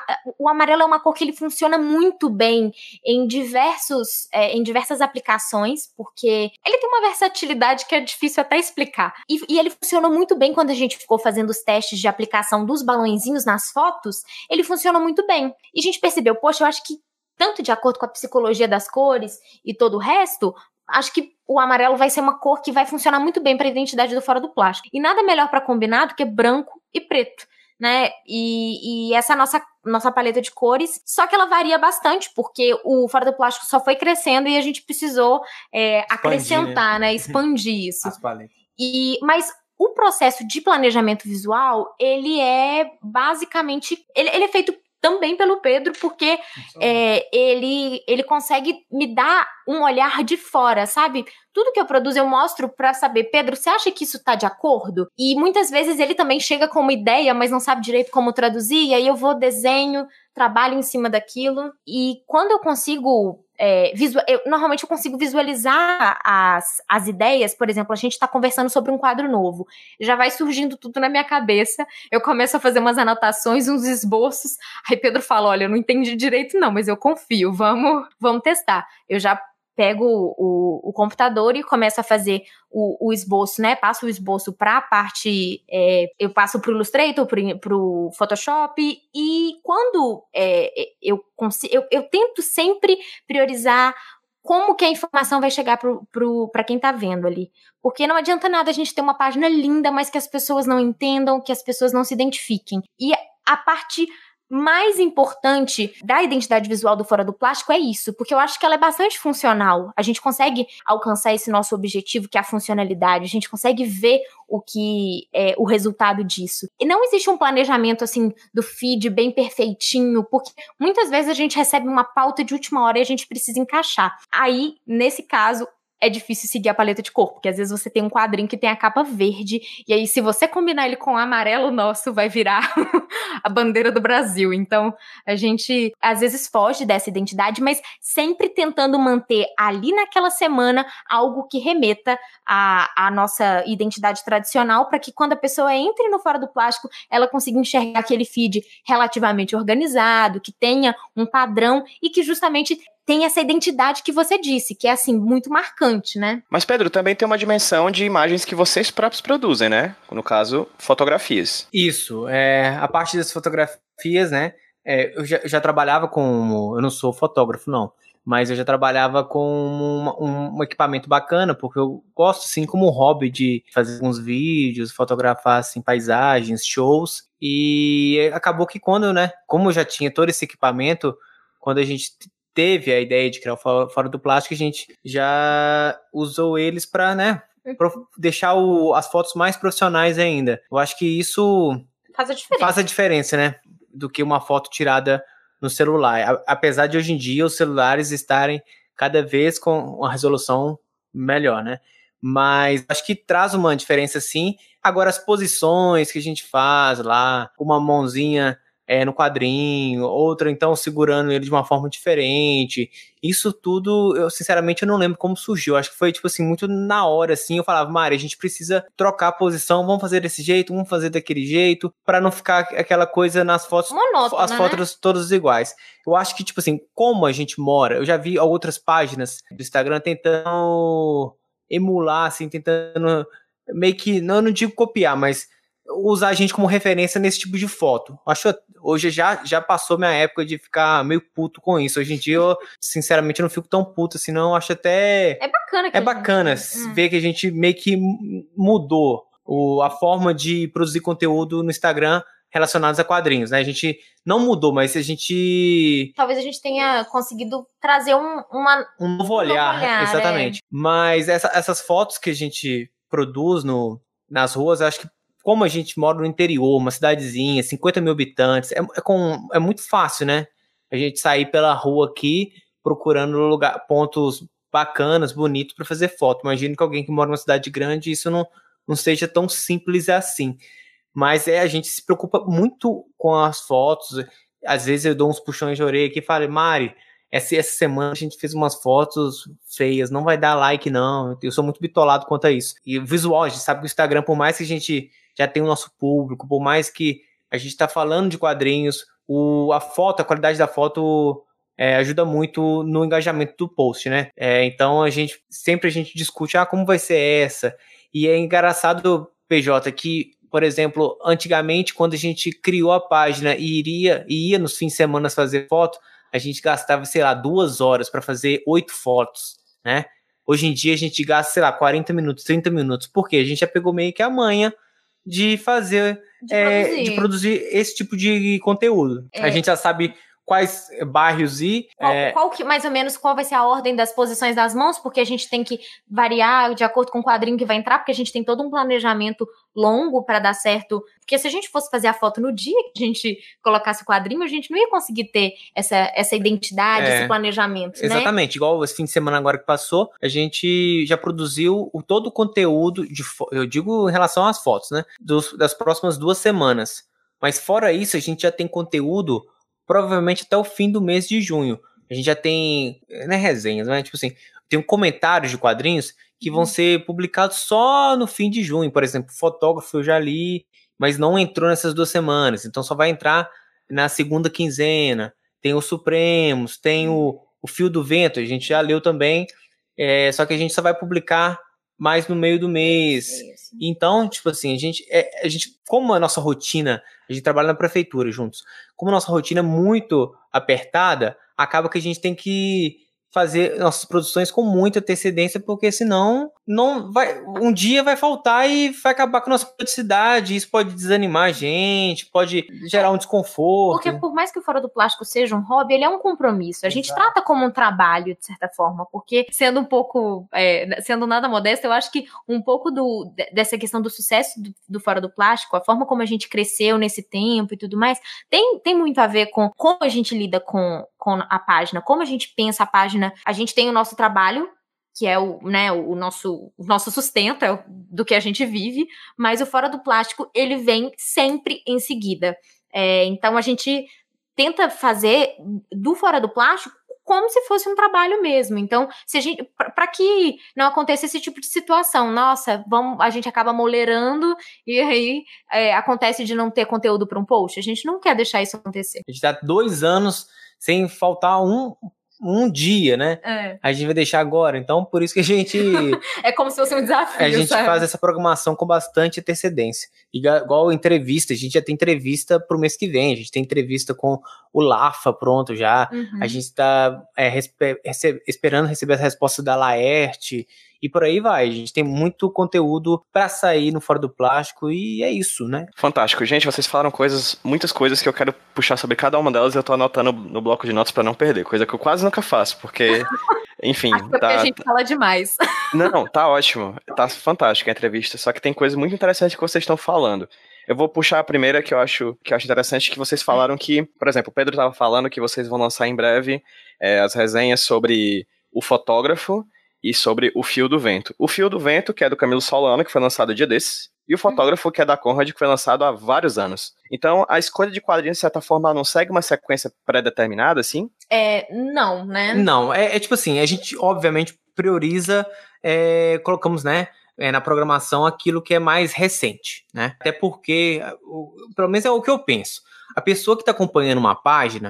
O amarelo é uma cor que ele funciona muito bem em, diversos, é, em diversas aplicações, porque ele tem uma versatilidade que é difícil até explicar. E, e ele funcionou muito bem quando a gente ficou fazendo os testes de aplicação dos balõezinhos nas fotos, ele funcionou muito bem. E a gente percebeu, poxa, eu acho que tanto de acordo com a psicologia das cores e todo o resto, acho que o amarelo vai ser uma cor que vai funcionar muito bem para a identidade do Fora do Plástico. E nada melhor para combinar do que branco e preto, né? E, e essa nossa nossa paleta de cores, só que ela varia bastante, porque o Fora do Plástico só foi crescendo e a gente precisou é, acrescentar, né? né? Expandir isso. As paletas. E, mas o processo de planejamento visual, ele é basicamente... Ele, ele é feito também pelo Pedro, porque é, ele, ele consegue me dar um olhar de fora, sabe? Tudo que eu produzo eu mostro pra saber, Pedro, você acha que isso tá de acordo? E muitas vezes ele também chega com uma ideia, mas não sabe direito como traduzir, e aí eu vou, desenho, trabalho em cima daquilo, e quando eu consigo... É, visual, eu, normalmente eu consigo visualizar as, as ideias. Por exemplo, a gente está conversando sobre um quadro novo, já vai surgindo tudo na minha cabeça, eu começo a fazer umas anotações, uns esboços, aí Pedro fala, olha, eu não entendi direito não, mas eu confio, vamos, vamos testar. Eu já pego o, o computador e começo a fazer o, o esboço, né? Passo o esboço para a parte... É, eu passo para o Illustrator, para o Photoshop, e quando é, eu, consigo, eu, eu tento sempre priorizar como que a informação vai chegar para quem está vendo ali. Porque não adianta nada a gente ter uma página linda, mas que as pessoas não entendam, que as pessoas não se identifiquem. E a parte... mais importante da identidade visual do Fora do Plástico é isso, porque eu acho que ela é bastante funcional. A gente consegue alcançar esse nosso objetivo, que é a funcionalidade, a gente consegue ver o que é o resultado disso. E não existe um planejamento, assim, do feed bem perfeitinho, porque muitas vezes a gente recebe uma pauta de última hora e a gente precisa encaixar. Aí, nesse caso, é difícil seguir a paleta de cor, porque às vezes você tem um quadrinho que tem a capa verde, e aí se você combinar ele com o amarelo nosso, vai virar a bandeira do Brasil. Então, a gente às vezes foge dessa identidade, mas sempre tentando manter ali naquela semana algo que remeta à, à nossa identidade tradicional, para que quando a pessoa entre no Fora do Plástico, ela consiga enxergar aquele feed relativamente organizado, que tenha um padrão e que justamente... tem essa identidade que você disse, que é, assim, muito marcante, né? Mas, Pedro, também tem uma dimensão de imagens que vocês próprios produzem, né? No caso, fotografias. Isso. É, a parte das fotografias, né? É, eu, já, eu já trabalhava com... Eu não sou fotógrafo, não. Mas eu já trabalhava com um, um equipamento bacana, porque eu gosto, assim, como um hobby de fazer alguns vídeos, fotografar, assim, paisagens, shows. E acabou que quando, né? Como eu já tinha todo esse equipamento, quando a gente... teve a ideia de criar o Fora do Plástico, a gente já usou eles para, né, deixar o, as fotos mais profissionais ainda. Eu acho que isso faz a diferença, faz a diferença, né, do que uma foto tirada no celular. A, apesar de hoje em dia os celulares estarem cada vez com uma resolução melhor, né? Mas acho que traz uma diferença sim. Agora as posições que a gente faz lá, uma mãozinha É, no quadrinho, outra então segurando ele de uma forma diferente. Isso tudo, eu sinceramente eu não lembro como surgiu. Acho que foi tipo assim, muito na hora assim. Eu falava, Mari, a gente precisa trocar a posição, vamos fazer desse jeito, vamos fazer daquele jeito, para não ficar aquela coisa nas fotos, monótona, as fotos, né? Todas iguais. Eu acho que tipo assim, como a gente mora, eu já vi outras páginas do Instagram tentando emular, assim, tentando meio que, não, eu não digo copiar, mas usar a gente como referência nesse tipo de foto. Acho hoje já, já passou minha época de ficar meio puto com isso. Hoje em dia eu, sinceramente, eu não fico tão puto assim, não. Eu acho até... É bacana que É a bacana gente... ver que a gente meio que mudou o, a forma de produzir conteúdo no Instagram relacionados a quadrinhos, né? A gente não mudou, mas a gente... Talvez a gente tenha conseguido trazer um, uma, um novo olhar, um novo olhar exatamente. É. Mas essa, essas fotos que a gente produz no, nas ruas, eu acho que como a gente mora no interior, uma cidadezinha, cinquenta mil habitantes, é, é, com, é muito fácil, né? A gente sair pela rua aqui procurando lugar, pontos bacanas, bonitos para fazer foto. Imagino que alguém que mora numa cidade grande, isso não, não seja tão simples assim. Mas é, a gente se preocupa muito com as fotos. Às vezes eu dou uns puxões de orelha aqui e falo, Mari, essa, essa semana a gente fez umas fotos feias, não vai dar like não. Eu sou muito bitolado quanto a isso. E o visual, a gente sabe que o Instagram, por mais que a gente já tenha o nosso público, por mais que a gente está falando de quadrinhos, o, a foto, a qualidade da foto é, ajuda muito no engajamento do post, né? É, então a gente sempre a gente discute, ah, como vai ser essa? E é engraçado, P J, que, por exemplo, antigamente, quando a gente criou a página e iria, e ia nos fins de semana fazer foto, a gente gastava, sei lá, duas horas para fazer oito fotos, né? Hoje em dia a gente gasta, sei lá, quarenta minutos, trinta minutos. Por quê? A gente já pegou meio que a manha de fazer, de, é, produzir. de produzir esse tipo de conteúdo. É. A gente já sabe quais bairros ir. Qual, é... qual que, mais ou menos, qual vai ser a ordem das posições das mãos, porque a gente tem que variar de acordo com o quadrinho que vai entrar, porque a gente tem todo um planejamento longo para dar certo. Porque se a gente fosse fazer a foto no dia que a gente colocasse o quadrinho, a gente não ia conseguir ter essa, essa identidade, é, esse planejamento, exatamente, né? Igual esse fim de semana agora que passou, a gente já produziu o, todo o conteúdo, de, eu digo em relação às fotos, né? Dos, das próximas duas semanas. Mas fora isso, a gente já tem conteúdo provavelmente até o fim do mês de junho. A gente já tem, não é resenhas, né? Tipo assim, tem comentários de quadrinhos que vão ser publicados só no fim de junho. Por exemplo, Fotógrafo eu já li, mas não entrou nessas duas semanas. Então só vai entrar na segunda quinzena. Tem os Supremos, tem o, o Fio do Vento, a gente já leu também. É, só que a gente só vai publicar mais no meio do mês. Isso. Então, tipo assim, a gente, é, a gente, como a nossa rotina, a gente trabalha na prefeitura juntos, como a nossa rotina é muito apertada, acaba que a gente tem que fazer nossas produções com muita antecedência, porque senão não vai, um dia vai faltar e vai acabar com a nossa periodicidade. Isso pode desanimar a gente, pode gerar um desconforto. Porque por mais que o Fora do Plástico seja um hobby, ele é um compromisso. A gente Exato. Trata como um trabalho, de certa forma, porque sendo um pouco, é, sendo nada modesta, eu acho que um pouco do, dessa questão do sucesso do, do Fora do Plástico, a forma como a gente cresceu nesse tempo e tudo mais, tem, tem muito a ver com como a gente lida com, com a página, como a gente pensa a página. A gente tem o nosso trabalho, que é o, né, o, nosso, o nosso sustento, é o, do que a gente vive, mas o Fora do Plástico, ele vem sempre em seguida. É, então, a gente tenta fazer do Fora do Plástico como se fosse um trabalho mesmo. Então, se a gente, para que não aconteça esse tipo de situação, nossa, vamos, a gente acaba molerando e aí é, acontece de não ter conteúdo para um post. A gente não quer deixar isso acontecer. A gente tá dois anos sem faltar um... um dia, né? É. A gente vai deixar agora, então por isso que a gente... é como se fosse um desafio, A gente sabe? faz essa programação com bastante antecedência. Igual entrevista, a gente já tem entrevista pro mês que vem, a gente tem entrevista com o Lafa pronto já, uhum. A gente tá é, respe- rece- esperando receber a resposta da Laerte, e por aí vai. A gente tem muito conteúdo pra sair no Fora do Plástico e é isso, né? Fantástico. Gente, vocês falaram coisas, muitas coisas que eu quero puxar sobre cada uma delas e eu tô anotando no bloco de notas pra não perder, coisa que eu quase nunca faço, porque, enfim... Acho que tá... a gente fala demais. Não, tá ótimo. Tá fantástica a entrevista, só que tem coisas muito interessantes que vocês estão falando. Eu vou puxar a primeira que eu acho, que eu acho interessante, que vocês falaram que, por exemplo, o Pedro tava falando que vocês vão lançar em breve é, as resenhas sobre o Fotógrafo e sobre o Fio do Vento. O Fio do Vento, que é do Camilo Solano, que foi lançado dia desses, e o Fotógrafo, que é da Conrad, que foi lançado há vários anos. Então, a escolha de quadrinhos, de certa forma, não segue uma sequência pré-determinada, assim? É, não, né? Não, é, é tipo assim, a gente, obviamente, prioriza, é, colocamos, né, é, na programação aquilo que é mais recente, né? Até porque, o, pelo menos é o que eu penso, a pessoa que está acompanhando uma página,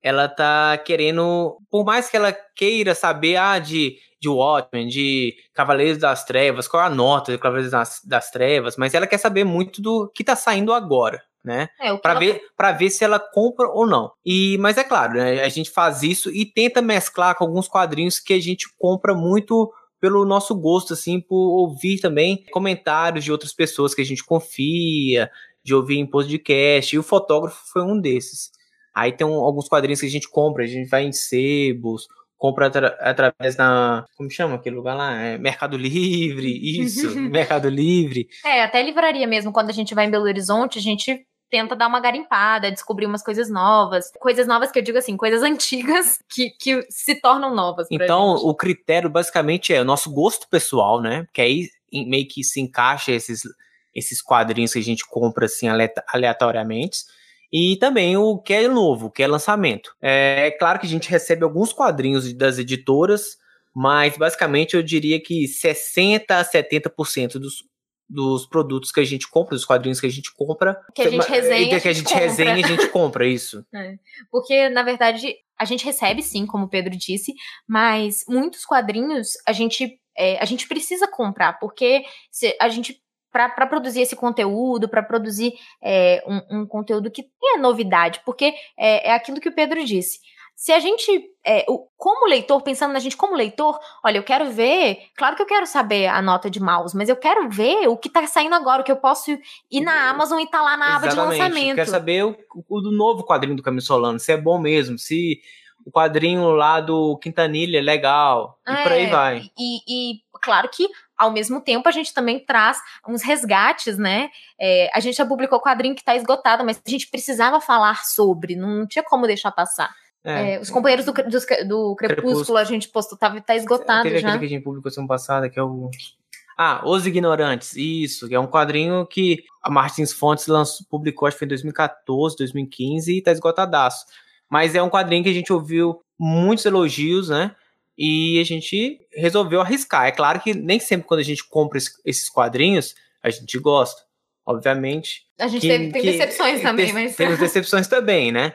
ela tá querendo, por mais que ela queira saber, ah, de, de Watchmen, de Cavaleiros das Trevas, qual é a nota de Cavaleiros das, das Trevas, mas ela quer saber muito do que tá saindo agora, né? É, o que Pra ela- ver, pra ver se ela compra ou não. E, mas é claro, né, a gente faz isso e tenta mesclar com alguns quadrinhos que a gente compra muito pelo nosso gosto, assim, por ouvir também comentários de outras pessoas que a gente confia, de ouvir em podcast, e o fotógrafo foi um desses. Aí tem um- alguns quadrinhos que a gente compra, a gente vai em sebos, compra atra- através da... Como chama aquele lugar lá? É Mercado Livre, isso, Mercado Livre. É, até livraria mesmo, quando a gente vai em Belo Horizonte, a gente tenta dar uma garimpada, descobrir umas coisas novas. Coisas novas que eu digo assim, coisas antigas que, que se tornam novas pra Então, gente. o critério basicamente é o nosso gosto pessoal, né? Que aí em- meio que se encaixa esses, esses quadrinhos que a gente compra assim aleta- aleatoriamente. E também o que é novo, o que é lançamento. É, é claro que a gente recebe alguns quadrinhos das editoras, mas basicamente eu diria que sessenta a setenta por cento dos, dos produtos que a gente compra, dos quadrinhos que a gente compra, Que a gente resenha, que a a gente gente compra. resenha, a gente compra isso. É. Porque, na verdade, a gente recebe, sim, como o Pedro disse, mas muitos quadrinhos a gente, é, a gente precisa comprar, porque se a gente, para produzir esse conteúdo, para produzir é, um, um conteúdo que tenha novidade, porque é, é aquilo que o Pedro disse. Se a gente, é, o, como leitor, pensando na gente como leitor, olha, eu quero ver, claro que eu quero saber a nota de mouse, mas eu quero ver o que tá saindo agora, o que eu posso ir na Amazon e tá lá na aba de lançamento. Eu quero saber o, o do novo quadrinho do Camilo Solano, se é bom mesmo, se o quadrinho lá do Quintanilha é legal, e É, por aí vai. E, e claro que, ao mesmo tempo, a gente também traz uns resgates, né? É, a gente já publicou quadrinho que tá esgotado, mas a gente precisava falar sobre, não tinha como deixar passar. É, É, os companheiros do, do, do Crepúsculo, Crepúsculo. a gente postou, tá, tá esgotado Teve já. aquele que a gente publicou semana passada, que é o... Ah, Os Ignorantes, isso, que é um quadrinho que a Martins Fontes lançou, publicou, acho que foi em dois mil e catorze, dois mil e quinze, e tá esgotadaço. Mas é um quadrinho que a gente ouviu muitos elogios, né? E a gente resolveu arriscar. É claro que nem sempre quando a gente compra esses quadrinhos, a gente gosta. Obviamente. A gente que, teve, tem que, decepções também, te, mas... Temos decepções também, né?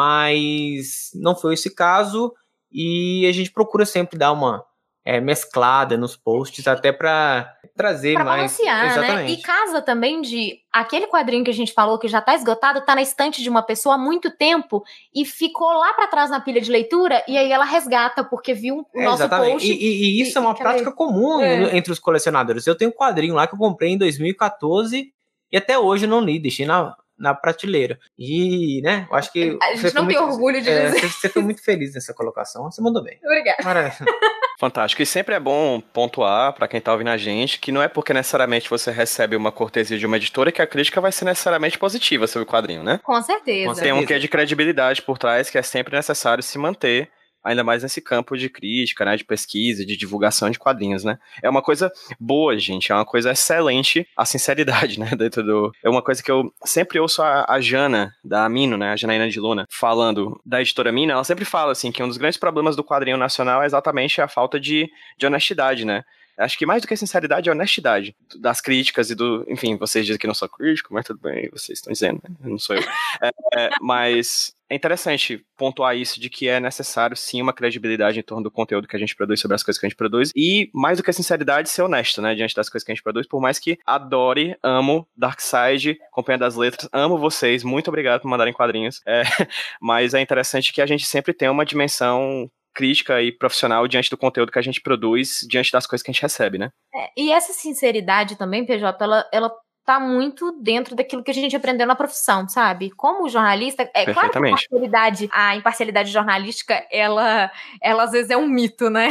Mas não foi esse caso. E a gente procura sempre dar uma é, mesclada nos posts, até para trazer pra mais... balancear, Exatamente. né? E casa também de... Aquele quadrinho que a gente falou que já tá esgotado, tá na estante de uma pessoa há muito tempo e ficou lá pra trás na pilha de leitura e aí ela resgata porque viu o É, nosso exatamente. post. E, e, e isso e, é uma e prática quer... comum é. entre os colecionadores. Eu tenho um quadrinho lá que eu comprei em dois mil e catorze e até hoje eu não li, deixei na, na prateleira. E, né, eu acho que... A gente não tem muito, orgulho de é, dizer. Você, você foi muito feliz nessa colocação, você mandou bem. Obrigada. Maravilha. Fantástico. E sempre é bom pontuar, pra quem tá ouvindo a gente, que não é porque necessariamente você recebe uma cortesia de uma editora que a crítica vai ser necessariamente positiva sobre o quadrinho, né? Com certeza. Tem um quê de credibilidade por trás que é sempre necessário se manter, ainda mais nesse campo de crítica, né, de pesquisa, de divulgação de quadrinhos, né? É uma coisa boa, gente, é uma coisa excelente a sinceridade, né, dentro do... É uma coisa que eu sempre ouço a, a Jana, da Amino, né, a Janaína de Luna, falando da editora Mina, ela sempre fala, assim, que um dos grandes problemas do quadrinho nacional é exatamente a falta de, de honestidade, né? Acho que mais do que sinceridade é honestidade das críticas e do... Enfim, vocês dizem que não sou crítico, mas tudo bem, vocês estão dizendo, né? Não sou eu. É, é, mas é interessante pontuar isso, de que é necessário, sim, uma credibilidade em torno do conteúdo que a gente produz, sobre as coisas que a gente produz, e, mais do que a sinceridade, ser honesto, né? Diante das coisas que a gente produz, por mais que adore, amo Darkseid, Companhia das Letras, amo vocês, muito obrigado por mandarem quadrinhos, é, mas é interessante que a gente sempre tenha uma dimensão crítica e profissional diante do conteúdo que a gente produz, diante das coisas que a gente recebe, né? É, e essa sinceridade também, P J, ela, ela tá muito dentro daquilo que a gente aprendeu na profissão, sabe? Como jornalista, é claro que a imparcialidade, a imparcialidade jornalística, ela, ela às vezes é um mito, né?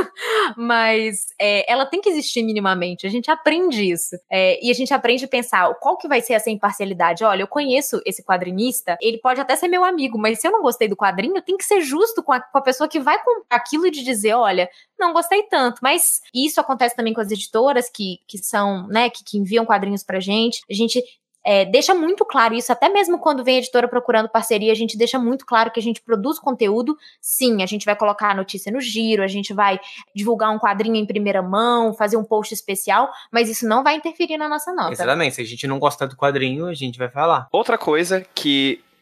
Mas é, ela tem que existir minimamente, a gente aprende isso. É, e a gente aprende a pensar, qual que vai ser essa imparcialidade? Olha, eu conheço esse quadrinista, ele pode até ser meu amigo, mas se eu não gostei do quadrinho, tem que ser justo com a, com a pessoa que vai comprar aquilo e de dizer, olha, não gostei tanto. Mas isso acontece também com as editoras que, que são, né, que, que enviam quadrinhos pra gente. A gente é, deixa muito claro isso, até mesmo quando vem a editora procurando parceria, a gente deixa muito claro que a gente produz conteúdo. Sim, a gente vai colocar a notícia no giro, a gente vai divulgar um quadrinho em primeira mão, fazer um post especial, mas isso não vai interferir na nossa nota. Exatamente, se a gente não gostar do quadrinho, a gente vai falar. Outra coisa que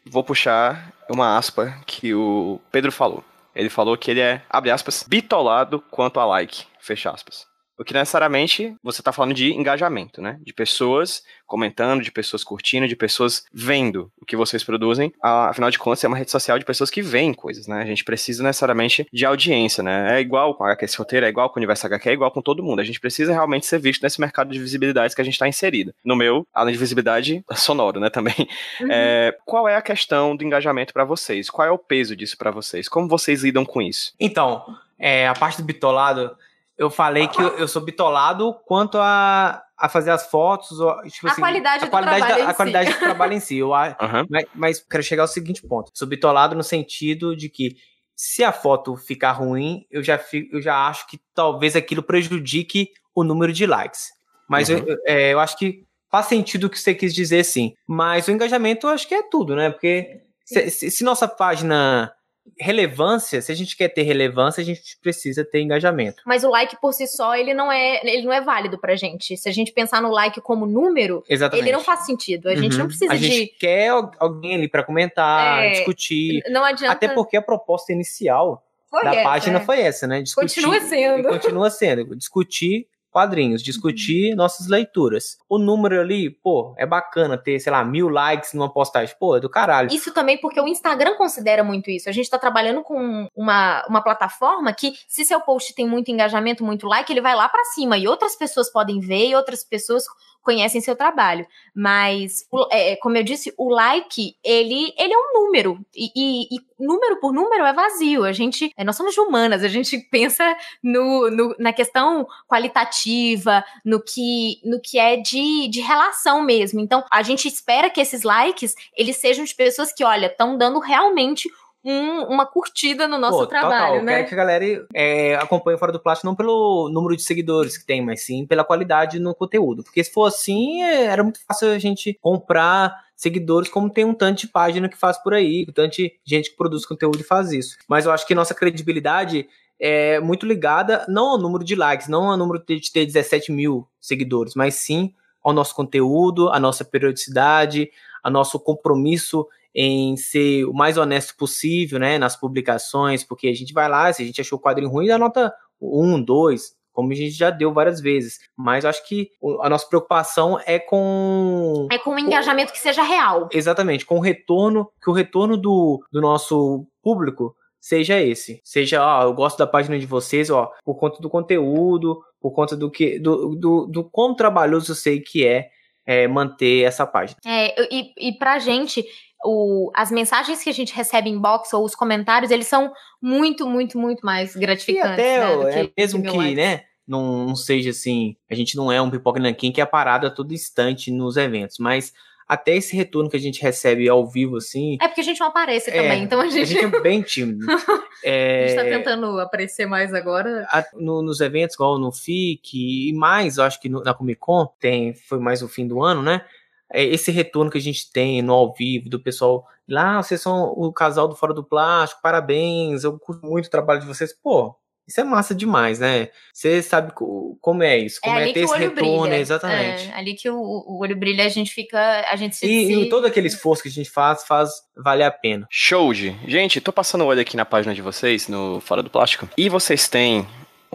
vou puxar uma aspa que o Pedro falou. Ele falou que ele é, abre aspas, bitolado quanto a like, fecha aspas. O que necessariamente você está falando de engajamento, né? De pessoas comentando, de pessoas curtindo, de pessoas vendo o que vocês produzem. Afinal de contas, é uma rede social de pessoas que veem coisas, né? A gente precisa necessariamente de audiência, né? É igual com a H Q Esse Roteiro, é igual com o Universo H Q, é igual com todo mundo. A gente precisa realmente ser visto nesse mercado de visibilidades que a gente está inserido. No meu, além de visibilidade, sonoro, né? Também. Uhum. É, qual é a questão do engajamento para vocês? Qual é o peso disso para vocês? Como vocês lidam com isso? Então, é, a parte do bitolado... Eu falei que eu, eu sou bitolado quanto a, a fazer as fotos. Tipo a assim, qualidade a do qualidade trabalho da, em A qualidade si. do trabalho em si. Eu, uhum. mas, mas quero chegar ao seguinte ponto. Sou bitolado no sentido de que se a foto ficar ruim, eu já, fico, eu já acho que talvez aquilo prejudique o número de likes. Mas uhum. eu, é, eu acho que faz sentido o que você quis dizer, sim. Mas o engajamento eu acho que é tudo, né? Porque se, se, se nossa página... relevância, se a gente quer ter relevância, a gente precisa ter engajamento. Mas o like por si só, ele não é, ele não é válido pra gente. Se a gente pensar no like como número, Exatamente. Ele não faz sentido. A uhum. gente não precisa a de... A gente quer alguém ali pra comentar, é, discutir. Não adianta... Até porque a proposta inicial foi da essa, página é. foi essa, né? Discutir, continua sendo. Continua sendo. Discutir quadrinhos, discutir uhum. nossas leituras. O número ali, pô, é bacana ter, sei lá, mil likes numa postagem. Pô, é do caralho. Isso também porque o Instagram considera muito isso. A gente tá trabalhando com uma, uma plataforma que, se seu post tem muito engajamento, muito like, ele vai lá pra cima e outras pessoas podem ver e outras pessoas conhecem seu trabalho. Mas, é, como eu disse, o like, ele, ele é um número. E, e, e número por número é vazio. A gente, nós somos humanas, a gente pensa no, no, na questão qualitativa, no que, no que é de, de relação mesmo. Então, a gente espera que esses likes, eles sejam de pessoas que, olha, estão dando realmente Um, uma curtida no nosso Pô, trabalho, total. né? Quero que a galera é, acompanhe Fora do Plástico não pelo número de seguidores que tem, mas sim pela qualidade no conteúdo. Porque se for assim, era muito fácil a gente comprar seguidores, como tem um tanto de página que faz por aí, um tanto de gente que produz conteúdo e faz isso. Mas eu acho que nossa credibilidade é muito ligada não ao número de likes, não ao número de ter dezessete mil seguidores, mas sim ao nosso conteúdo, à nossa periodicidade, ao nosso compromisso em ser o mais honesto possível, né, nas publicações, porque a gente vai lá, se a gente achou o quadrinho ruim, dá nota um, dois, como a gente já deu várias vezes. Mas eu acho que a nossa preocupação é com... É com um engajamento que seja real. Exatamente, com o retorno, que o retorno do, do nosso público seja esse. Seja, ó, eu gosto da página de vocês, ó, por conta do conteúdo, por conta do que, do, do, do quão trabalhoso eu sei que é, é manter essa página. É, e, e pra gente... O, as mensagens que a gente recebe em box ou os comentários, eles são muito, muito, muito mais gratificantes. E até, né, do é, que, mesmo que, que né, não, não seja assim, a gente não é um Pipoca Nanquim que é parado a todo instante nos eventos, mas até esse retorno que a gente recebe ao vivo, assim... É porque a gente não aparece é, também, então a gente... A gente é bem tímido. É, a gente tá tentando aparecer mais agora. A, no, nos eventos, igual no F I C e mais, eu acho que no, na Comic Con, tem, foi mais o fim do ano, né? Esse retorno que a gente tem no ao vivo, do pessoal lá, ah, vocês são o casal do Fora do Plástico, parabéns, eu curto muito o trabalho de vocês. Pô, isso é massa demais, né? Você sabe como é isso, como é, é ter esse retorno, brilha. exatamente. É, ali que o, o olho brilha, a gente fica, a gente se... E, se... e todo aquele esforço que a gente faz, faz valer a pena. Show de... Gente, tô passando o olho aqui na página de vocês, no Fora do Plástico, e vocês têm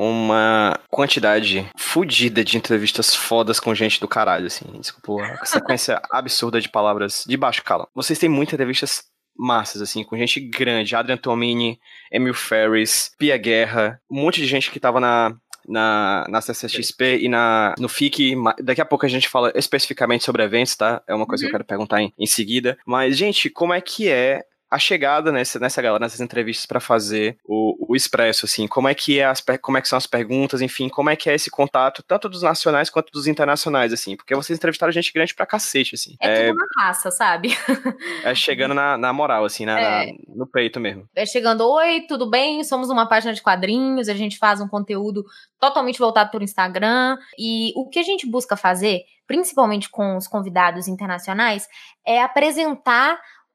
uma quantidade fodida de entrevistas fodas com gente do caralho, assim. Desculpa, a sequência absurda de palavras de baixo calão. Vocês têm muitas entrevistas massas, assim, com gente grande. Adrian Tomini, Emil Ferris, Pia Guerra, um monte de gente que tava na... na, na C C X P e na, no F I C. Daqui a pouco a gente fala especificamente sobre eventos, tá? É uma coisa uhum. que eu quero perguntar em, em seguida. Mas, gente, como é que é a chegada nessa, nessa galera, nessas entrevistas pra fazer o, o expresso, assim, como é que é as, como é que são as perguntas, enfim, como é que é esse contato, tanto dos nacionais quanto dos internacionais, assim, porque vocês entrevistaram gente grande pra cacete, assim. É, é tudo na raça, sabe? É chegando na, na moral, assim, na, é. na, no peito mesmo. É chegando, oi, tudo bem? Somos uma página de quadrinhos, a gente faz um conteúdo totalmente voltado pro Instagram, e o que a gente busca fazer, principalmente com os convidados internacionais, é apresentar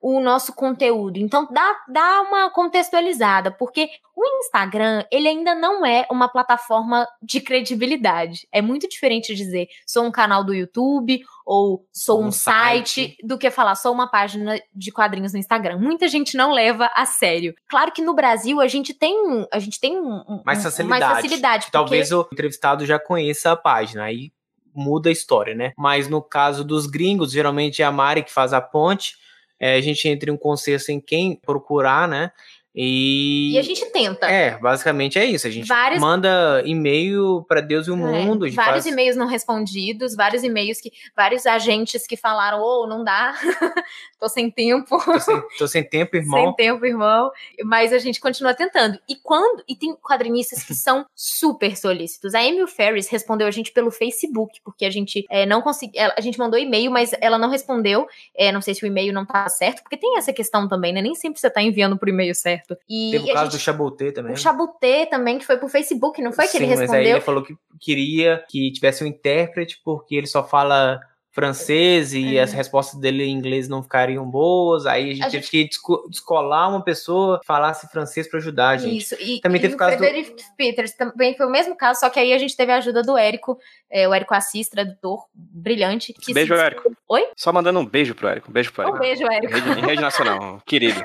o nosso conteúdo. Então, dá, dá uma contextualizada, porque o Instagram, ele ainda não é uma plataforma de credibilidade. É muito diferente dizer, sou um canal do YouTube, ou sou um, um site, site, do que falar, sou uma página de quadrinhos no Instagram. Muita gente não leva a sério. Claro que no Brasil, a gente tem, a gente tem um, mais facilidade. Mais facilidade porque... Talvez o entrevistado já conheça a página, aí muda a história, né? Mas no caso dos gringos, geralmente é a Mari que faz a ponte, é, a gente entra em um consenso em quem procurar, né? E... e a gente tenta. É, basicamente é isso. A gente vários... manda e-mail para Deus e o é, mundo. Vários faz... e-mails não respondidos, vários e-mails que... Vários agentes que falaram, ô, oh, não dá, tô sem tempo. Tô sem, tô sem tempo, irmão. Sem tempo, irmão. Mas a gente continua tentando. E quando... E tem quadrinistas que são super solícitos. A Emil Ferris respondeu a gente pelo Facebook, porque a gente é, não conseguiu... A gente mandou e-mail, mas ela não respondeu. É, não sei se o e-mail não tá certo, porque tem essa questão também, né? Nem sempre você tá enviando por e-mail certo. E teve o caso gente, do Chabutê também. O Chabutê também, que foi pro Facebook, não foi que Sim, ele respondeu? Mas aí ele falou que queria que tivesse um intérprete, porque ele só fala francês e é. as respostas dele em inglês não ficariam boas. Aí a gente a teve gente... que descolar uma pessoa que falasse francês pra ajudar a gente. Isso, e, também e teve o caso Frederic do... Peters também foi o mesmo caso, só que aí a gente teve a ajuda do Érico, é, o Érico Assis, tradutor brilhante. Que beijo, se... Érico. Oi? Só mandando um beijo pro Érico. Um beijo pro Érico. Um beijo, Érico. Em rede, em rede nacional, querido.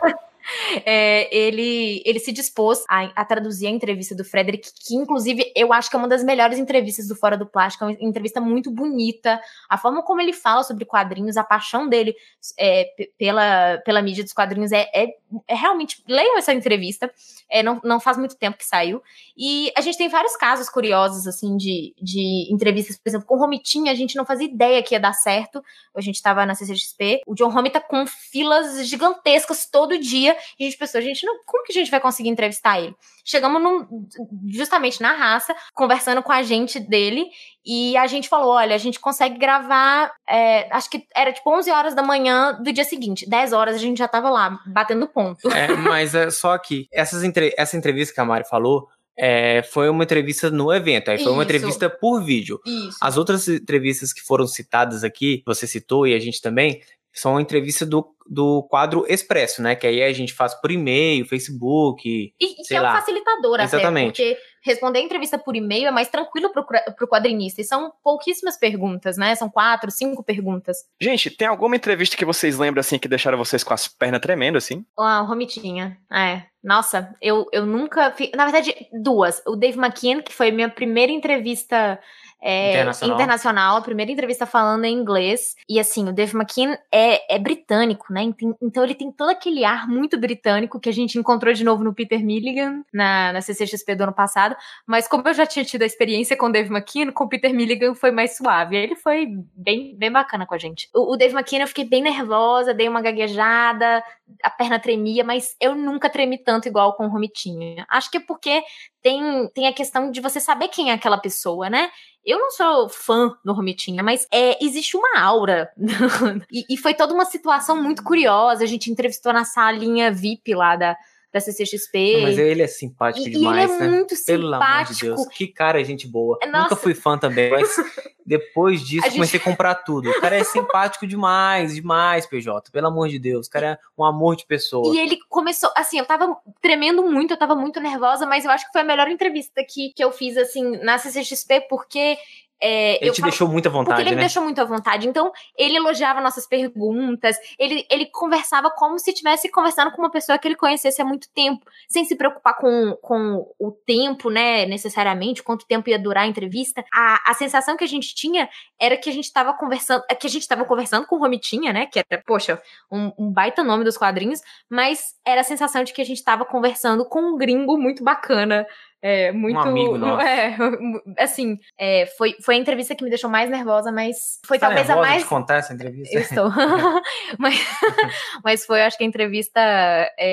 É, ele, ele se dispôs a, a traduzir a entrevista do Frederic, que inclusive eu acho que é uma das melhores entrevistas do Fora do Plástico, é uma entrevista muito bonita, a forma como ele fala sobre quadrinhos, a paixão dele é, p- pela, pela mídia dos quadrinhos é, é, é realmente, leiam essa entrevista, é, não, não faz muito tempo que saiu, e a gente tem vários casos curiosos assim de, de entrevistas, por exemplo, com o Romitinha, a gente não fazia ideia que ia dar certo, a gente tava na C C X P, o John Romita com filas gigantescas todo dia, e a gente pensou, a gente não, como que a gente vai conseguir entrevistar ele? Chegamos num, justamente na raça, conversando com a gente dele, e a gente falou, olha, a gente consegue gravar, é, acho que era tipo onze horas da manhã do dia seguinte, dez horas a gente já tava lá, batendo ponto. É, mas é só que essas entre, essa entrevista que a Mari falou, É, foi uma entrevista no evento, aí foi Isso. uma entrevista por vídeo. Isso. As outras entrevistas que foram citadas aqui, você citou e a gente também, são uma entrevista do, do quadro Expresso, né? Que aí a gente faz por e-mail, Facebook, e, sei que é lá. um facilitador Exatamente. até, porque responder a entrevista por e-mail é mais tranquilo pro, pro quadrinista, e são pouquíssimas perguntas, né? São quatro, cinco perguntas. Gente, tem alguma entrevista que vocês lembram, assim, que deixaram vocês com as pernas tremendo, assim? Ah, o Romitinha, é. Nossa, eu, eu nunca... Fi... Na verdade, duas. O Dave McKean, que foi minha primeira entrevista... É, internacional. internacional, a primeira entrevista falando em inglês, e assim, o Dave McKean é, é britânico, né, então ele tem todo aquele ar muito britânico que a gente encontrou de novo no Peter Milligan, na, na C C X P do ano passado, mas como eu já tinha tido a experiência com o Dave McKean, com o Peter Milligan foi mais suave, ele foi bem, bem bacana com a gente. O, o Dave McKean eu fiquei bem nervosa, dei uma gaguejada, a perna tremia, mas eu nunca tremi tanto igual com o Romitinha. Acho que é porque tem, tem a questão de você saber quem é aquela pessoa, né? Eu não sou fã do Romitinha, mas é, existe uma aura. e, e foi toda uma situação muito curiosa. A gente entrevistou na salinha V I P lá da, da C C X P. Mas ele é simpático e, demais, e ele é né? muito Pelo simpático. amor de Deus, que cara, gente boa. Nossa. Nunca fui fã também, mas depois disso a comecei gente... a comprar tudo. O cara é simpático demais, demais, P J. Pelo amor de Deus, o cara é um amor de pessoa. E ele começou, assim, eu tava tremendo muito, eu tava muito nervosa, mas eu acho que foi a melhor entrevista que, que eu fiz, assim, na C C X P, porque... É, ele eu te falo, deixou muito à vontade, porque ele né? me deixou muito à vontade. Então, ele elogiava nossas perguntas, ele, ele conversava como se estivesse conversando com uma pessoa que ele conhecesse há muito tempo, sem se preocupar com, com o tempo, né, necessariamente, quanto tempo ia durar a entrevista. A, a sensação que a gente tinha era que a gente tava conversando, que a gente tava conversando com o Romitinha, né, que era, poxa, um, um baita nome dos quadrinhos, mas era a sensação de que a gente tava conversando com um gringo muito bacana. É, muito, um amigo nosso. É, assim, é, foi, foi a entrevista que me deixou mais nervosa, mas foi Você talvez tá a mais... de contar essa entrevista? Eu estou. mas, mas foi, acho que a entrevista é,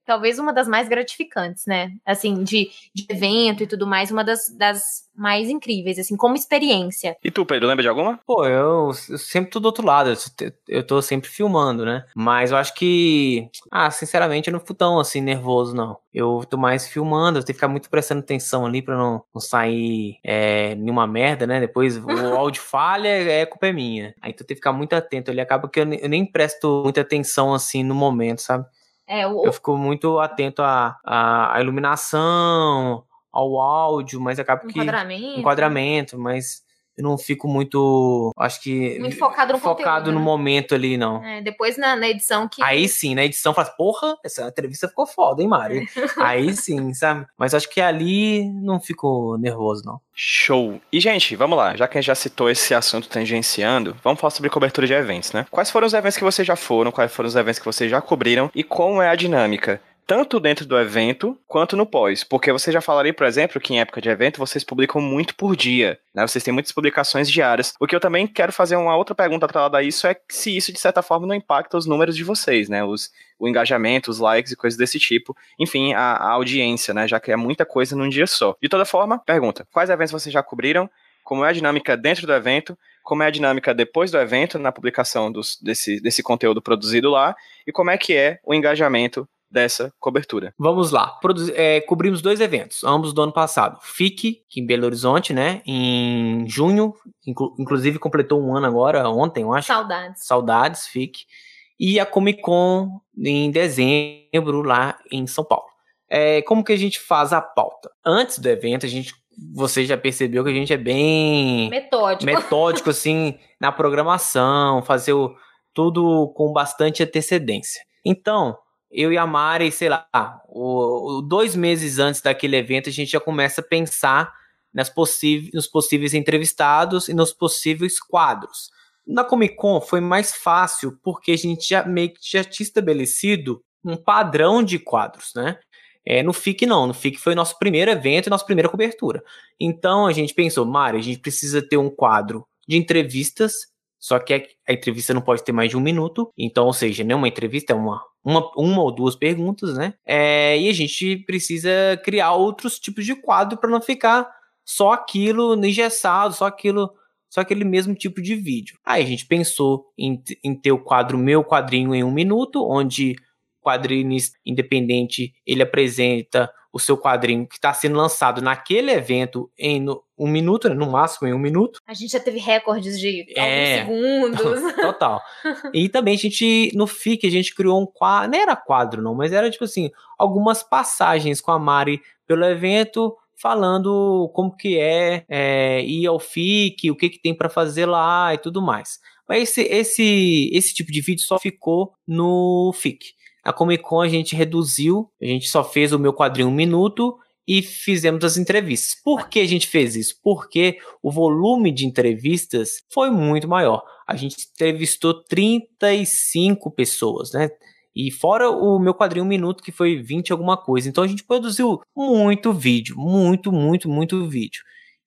talvez uma das mais gratificantes, né? Assim, de, de evento e tudo mais, uma das, das mais incríveis, assim, como experiência. E tu, Pedro, lembra de alguma? Pô, eu, eu sempre tô do outro lado, eu, eu tô sempre filmando, né? Mas eu acho que, ah, sinceramente, eu não fico tão, assim, nervoso, não. Eu tô mais filmando, eu tenho que ficar muito prestando atenção ali pra não, não sair é, nenhuma merda, né? Depois o áudio falha, é culpa é minha. Aí tu tem que ficar muito atento ali, acaba que eu, eu nem presto muita atenção, assim, no momento, sabe? É, o, Eu fico muito atento à, à, à iluminação, ao áudio, mas acaba que... enquadramento. Enquadramento, mas eu não fico muito, acho que... Muito focado no Focado conteúdo, no né? momento ali, não. É, depois na, na edição que... Aí sim, na edição faz, porra, essa entrevista ficou foda, hein, Mari? Aí sim, sabe? Mas acho que ali não fico nervoso, não. Show. E, gente, vamos lá. Já que a gente já citou esse assunto tangenciando, vamos falar sobre cobertura de eventos, né? Quais foram os eventos que vocês já foram? Quais foram os eventos que vocês já cobriram? E como é a dinâmica? Tanto dentro do evento, quanto no pós. Porque você já falaria, por exemplo, que em época de evento, vocês publicam muito por dia, né? Vocês têm muitas publicações diárias. O que eu também quero fazer uma outra pergunta atrelada a isso é se isso, de certa forma, não impacta os números de vocês, né? Os, o engajamento, os likes e coisas desse tipo. Enfim, a, a audiência, né? Já que é muita coisa num dia só. De toda forma, pergunta. Quais eventos vocês já cobriram? Como é a dinâmica dentro do evento? Como é a dinâmica depois do evento, na publicação dos, desse, desse conteúdo produzido lá? E como é que é o engajamento dessa cobertura? Vamos lá. Produzi- é, cobrimos dois eventos, ambos do ano passado. F I C, que em Belo Horizonte, né? Em junho, inclu- inclusive completou um ano agora, ontem, eu acho. Saudades. Saudades, F I C. E a Comic Con em dezembro, lá em São Paulo. É, como que a gente faz a pauta? Antes do evento, a gente, você já percebeu que a gente é bem... Metódico. metódico, assim, na programação, fazer o, tudo com bastante antecedência. Então, eu e a Mari, sei lá, o, o, dois meses antes daquele evento, a gente já começa a pensar nas possíveis, nos possíveis entrevistados e nos possíveis quadros. Na Comic Con foi mais fácil, porque a gente já meio que já tinha estabelecido um padrão de quadros, né? É, no F I C não, no F I C foi nosso primeiro evento e nossa primeira cobertura. Então a gente pensou, Mari, a gente precisa ter um quadro de entrevistas, só que a, a entrevista não pode ter mais de um minuto, então, ou seja, não é uma entrevista, é uma, uma, uma ou duas perguntas, né? É, e a gente precisa criar outros tipos de quadro para não ficar só aquilo engessado, só aquilo, só aquele mesmo tipo de vídeo. Aí a gente pensou em, em ter o quadro Meu Quadrinho em um Minuto, onde quadrinista independente, ele apresenta o seu quadrinho que está sendo lançado naquele evento em no, um minuto, no máximo em um minuto. A gente já teve recordes de é, alguns segundos. Total. E também a gente, no F I C, a gente criou um quadro, não era quadro não, mas era tipo assim, algumas passagens com a Mari pelo evento, falando como que é, é ir ao F I C, o que que tem para fazer lá e tudo mais. Mas esse, esse, esse tipo de vídeo só ficou no F I C. A Comic Con a gente reduziu, a gente só fez o Meu Quadrinho um minuto e fizemos as entrevistas. Por que a gente fez isso? Porque o volume de entrevistas foi muito maior. A gente entrevistou trinta e cinco pessoas, né? E fora o Meu Quadrinho um minuto, que foi vinte alguma coisa. Então a gente produziu muito vídeo, muito, muito, muito vídeo.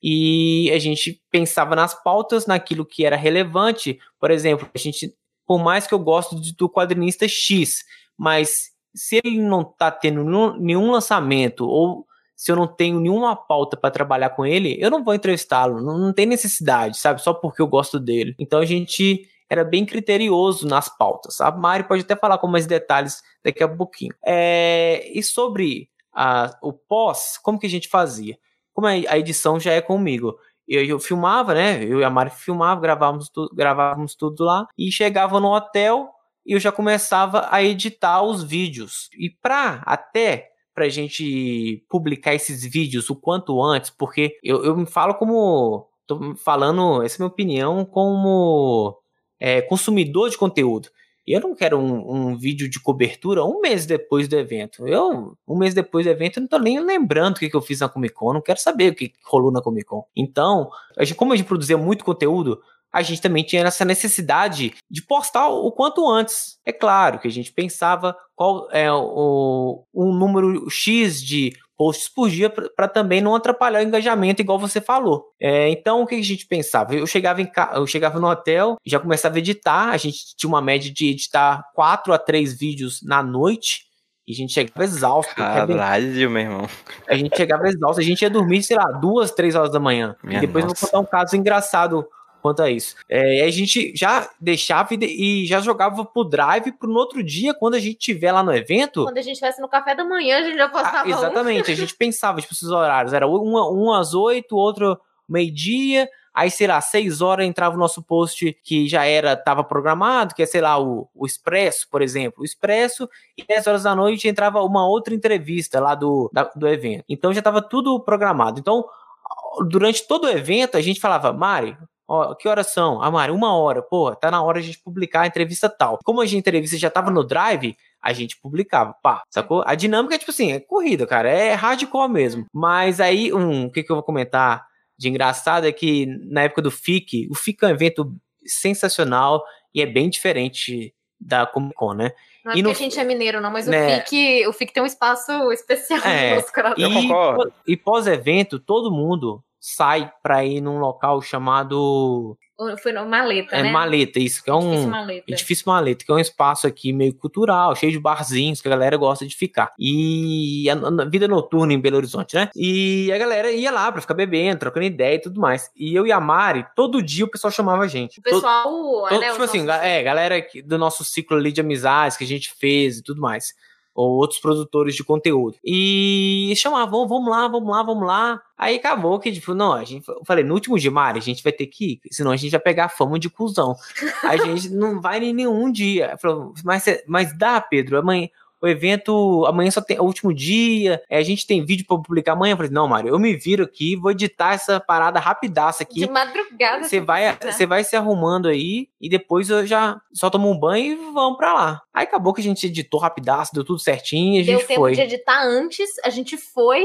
E a gente pensava nas pautas, naquilo que era relevante. Por exemplo, a gente, por mais que eu gosto do quadrinista X, mas se ele não tá tendo nenhum lançamento ou se eu não tenho nenhuma pauta para trabalhar com ele, eu não vou entrevistá-lo, não, não tem necessidade, sabe? Só porque eu gosto dele. Então a gente era bem criterioso nas pautas. A Mari pode até falar com mais detalhes daqui a pouquinho. É, e sobre a, o pós, como que a gente fazia? Como a edição já é comigo, eu, eu filmava, né? Eu e a Mari filmava, gravávamos, tu, gravávamos tudo lá e chegava no hotel e eu já começava a editar os vídeos. E para até pra gente publicar esses vídeos o quanto antes, porque eu, eu me falo como... Tô falando, essa é a minha opinião, como é, consumidor de conteúdo. Eu não quero um, um vídeo de cobertura um mês depois do evento. Eu, um mês depois do evento, eu não tô nem lembrando o que, que eu fiz na Comic Con. Eu não quero saber o que rolou na Comic Con. Então, a gente, como a gente produzia muito conteúdo, a gente também tinha essa necessidade de postar o quanto antes. É claro que a gente pensava qual é o um número X de posts por dia para também não atrapalhar o engajamento, igual você falou. É, então, o que a gente pensava? Eu chegava, em, eu chegava no hotel, já começava a editar, a gente tinha uma média de editar quatro a três vídeos na noite, E a gente chegava exausto. Caralho, meu irmão. A gente chegava exausto. A gente ia dormir, sei lá, duas, três horas da manhã. Minha e depois nossa. eu vou contar um caso engraçado quanto a isso. É, a gente já deixava e, de, e já jogava pro drive pro no outro dia, quando a gente estiver lá no evento. Quando a gente estivesse no café da manhã, a gente já postava ah, Exatamente, um. A gente pensava, tipo, esses horários. Era um, um às oito, outro meio-dia. Aí, sei lá, seis horas entrava o nosso post que já era, tava programado, que é, sei lá, o, o Expresso, por exemplo. O Expresso, e dez horas da noite entrava uma outra entrevista lá do, da, do evento. Então já tava tudo programado. Então, durante todo o evento, a gente falava, Mari, ó, que horas são? Ah, Mari, uma hora. Pô, tá na hora de a gente publicar a entrevista tal. Como a gente, a entrevista já tava no Drive, a gente publicava, pá, sacou? A dinâmica é tipo assim, é corrida, cara, é hardcore mesmo. Mas aí, um, o que que eu vou comentar de engraçado é que na época do F I C, o F I C é um evento sensacional e é bem diferente da Comic Con, né? Não é e porque no, a gente é mineiro, não, mas né, o, F I C, o F I C tem um espaço especial é, no nosso coração. Eu concordo. E, e pós-evento, todo mundo sai pra ir num local chamado... Foi no Maleta, é, né? Maleta, isso, que é um... Edifício Maleta. Edifício Maleta, que é um espaço aqui meio cultural, cheio de barzinhos, que a galera gosta de ficar. E a, a vida noturna em Belo Horizonte, né? E a galera ia lá pra ficar bebendo, trocando ideia e tudo mais. E eu e a Mari, todo dia o pessoal chamava a gente. O pessoal, todo, né? Tipo assim, nossos... é, galera do nosso ciclo ali de amizades que a gente fez e tudo mais. Ou outros produtores de conteúdo. E chamavam, vamos lá, vamos lá, vamos lá. Aí acabou que, tipo, não, a gente, eu falei, no último dia, Mari, a gente vai ter que ir, senão a gente vai pegar a fama de cuzão. A gente não vai em nenhum dia. Falei, mas, mas dá, Pedro, amanhã... O evento, amanhã só tem o último dia, é, a gente tem vídeo pra publicar amanhã. Eu falei, não, Mário, eu me viro aqui, vou editar essa parada rapidaça aqui. De madrugada. Você vai, você vai se arrumando aí, e depois eu já só tomo um banho e vamos pra lá. Aí acabou que a gente editou rapidaço, deu tudo certinho e a gente foi. Deu tempo de editar antes, a gente foi